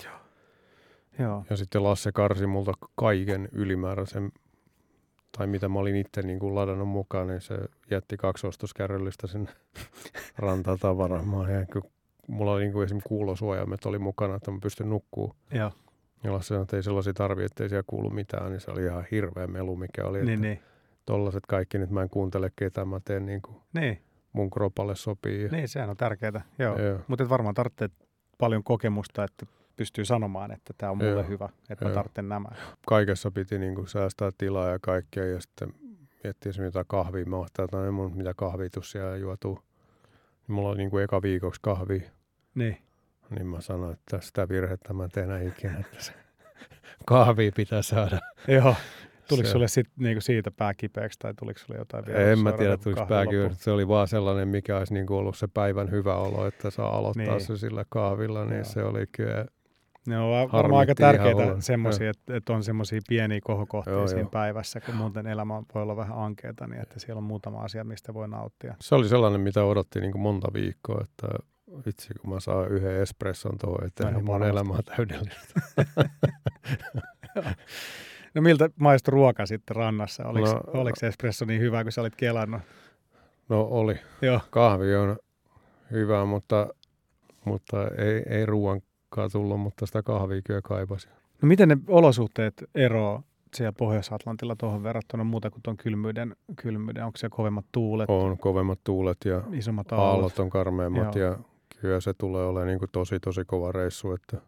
Ja sitten Lasse karsi multa kaiken ylimääräisen, tai mitä mä olin itse niin kuin ladannut mukaan, niin se jätti 2 ostoskärryllistä sinne rantatavaramaan. Ja mulla oli niin kuin esimerkiksi kuulosuojaimet oli mukana, että mä pystyn nukkumaan. Joo. Ja Lasse sanoi, että ei sellaisia tarvitse, ettei siellä kuulu mitään, niin se oli ihan hirveä melu, mikä oli. Niin. Tollaset kaikki, nyt mä en kuuntele ketään, mä teen niin kuin mun kropalle sopii. Ja niin, sehän on tärkeää. Joo. Mutta varmaan tarvitsee paljon kokemusta, että pystyy sanomaan, että tämä on mulle hyvä, että mä tarvitsen nämä. Kaikessa piti niin kuin säästää tilaa ja kaikkea ja sitten miettiä se mitä kahvia mä ohtaa, että ei mun mitä kahvitus siellä juotuu. Mulla oli niin kuin eka viikoksi kahvia. Niin mä sanoin, että sitä virhettä mä teen ikinä, että se kahvia pitää saada. Joo. Tuliko sulle niinku siitä pää kipeäksi tai tuliko sulle jotain vielä? En mä tiedä, tuliko pää kipeäksi. Se oli vaan sellainen, mikä olisi niinku ollut se päivän hyvä olo, että saa aloittaa se sillä kahvilla, niin se oli kyllä. Ne on varmaan aika tärkeitä semmoisia, että on semmoisia pieniä kohokohtia siinä päivässä, kun muuten elämä voi olla vähän ankeeta, niin että siellä on muutama asia, mistä voi nauttia. Se oli sellainen, mitä odotti niin kuin monta viikkoa, että vitsi, kun mä saan yhden espresson tuohon eteen, niin mun elämä on täydellistä. No miltä maistui ruoka sitten rannassa? Oliko se espresso niin hyvä, kun sä olit kelannut? No oli. Joo. Kahvi on hyvä, mutta ei ruoankaan tullut, mutta sitä kahvia kyllä kaipasin. No miten ne olosuhteet eroaa siellä Pohjois-Atlantilla tuohon verrattuna muuta kuin tuon kylmyyden? Onko siellä kovemmat tuulet? On kovemmat tuulet ja isommat aallot on karmeammat ja kyllä se tulee olemaan niin kuin tosi kova reissu. Että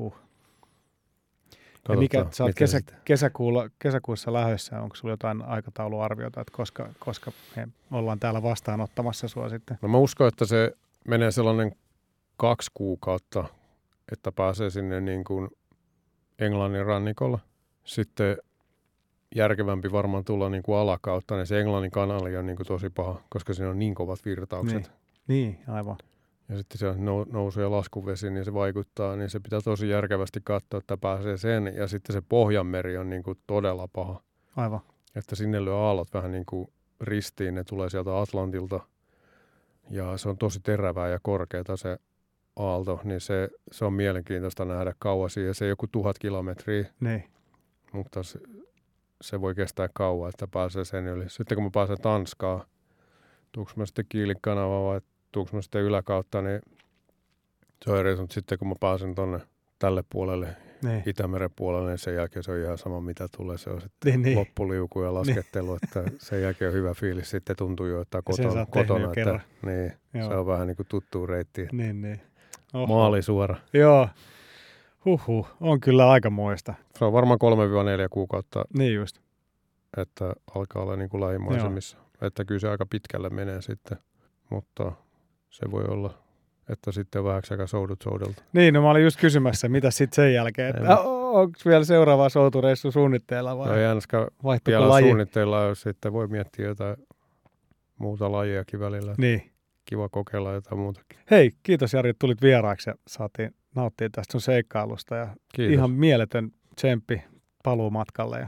ja sä oot kesäkuussa lähdössä, onko sulla jotain aikatauluarviota, että koska me ollaan täällä vastaanottamassa sua sitten? No mä uskon, että se menee sellainen 2 kuukautta, että pääsee sinne niin kuin Englannin rannikolla. Sitten järkevämpi varmaan tulla niin kuin alakautta, niin se Englannin kanali on niin kuin tosi paha, koska siinä on niin kovat virtaukset. Niin aivan. Ja sitten se nousu- ja laskuvesi, niin se vaikuttaa, niin se pitää tosi järkevästi katsoa, että pääsee sen. Ja sitten se Pohjanmeri on niin kuin todella paha. Aivan. Että sinne lyö aallot vähän niin kuin ristiin, ne tulee sieltä Atlantilta. Ja se on tosi terävää ja korkeata se aalto, niin se on mielenkiintoista nähdä kauas. Ja se joku 1000 kilometriä, mutta se voi kestää kauan, että pääsee sen yli. Sitten kun mä pääsen Tanskaan, tuuks mä sitten Kielin kanavaan vai tuuks mä sitten yläkautta, niin se on eri, mutta sitten kun mä pääsen tonne tälle puolelle, Itämeren puolelle, niin sen jälkeen se on ihan sama mitä tulee. Se on sitten loppuliuku ja laskettelu, että sen jälkeen on hyvä fiilis. Sitten tuntuu jo, että kotona että se on vähän niin kuin tuttuu reittiä. Maali suora. Joo. On kyllä aikamoista. Se on varmaan 3-4 kuukautta. Niin just. Että alkaa olla niin kuin lähimaisemissa. Että kyllä se aika pitkälle menee sitten, mutta se voi olla, että sitten vähäksi aika soudelta. Niin, no mä olin just kysymässä, mitä sitten sen jälkeen, että onko vielä seuraava soutureissu suunnitteilla vai? No Jänska vielä suunnitteilla, jos sitten voi miettiä jotain muuta lajiakin välillä. Niin. Kiva kokeilla jotain muutakin. Hei, kiitos Jari, että tulit vieraaksi ja saatiin nauttia tästä sun seikkailusta ja kiitos. Ihan mieletön tsemppi paluumatkalle. Ja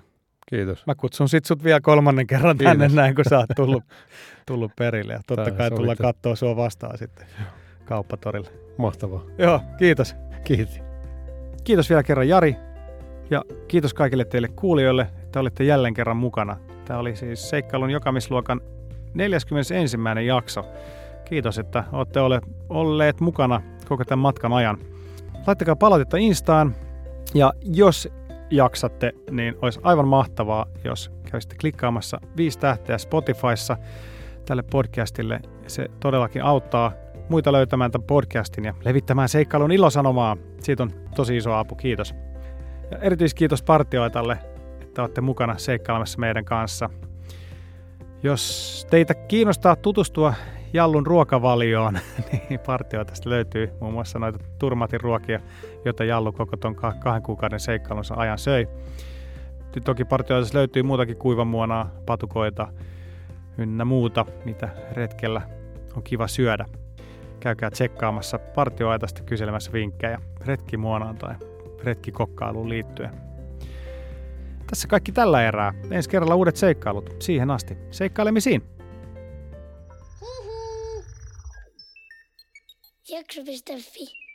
Kiitos. Mä kutsun sut vielä 3. kerran tänne näin, kun sä oot tullut perille. Ja totta kai tullaan katsoa sua vastaan sitten kauppatorille. Mahtavaa. Joo, kiitos. Kiitos. Kiitos vielä kerran Jari. Ja kiitos kaikille teille kuulijoille, että olitte jälleen kerran mukana. Tämä oli siis Seikkailun jakamisluokan 41. jakso. Kiitos, että olette olleet mukana koko tämän matkan ajan. Laittakaa palautetta Instaan. Ja jos jaksatte, niin olisi aivan mahtavaa, jos kävisitte klikkaamassa 5 tähteä Spotifyssa tälle podcastille. Se todellakin auttaa muita löytämään tämän podcastin ja levittämään seikkailun ilosanomaa. Siitä on tosi iso apu. Kiitos. Ja erityiskiitos partioitalle, että olette mukana seikkailemassa meidän kanssa. Jos teitä kiinnostaa tutustua Jallun ruokavalioon, niin partioitasta löytyy muun muassa noita turmatin ruokia, joita Jallu koko ton 2 kuukauden seikkailunsa ajan söi. Nyt toki partioitasta löytyy muutakin kuivamuonaa, patukoita ynnä muuta, mitä retkellä on kiva syödä. Käykää tsekkaamassa partioaitasta kyselemässä vinkkejä retkimuonaan tai retkikokkailuun liittyen. Tässä kaikki tällä erää. Ensi kerralla uudet seikkailut. Siihen asti. Seikkailemisiin! Jakso.fi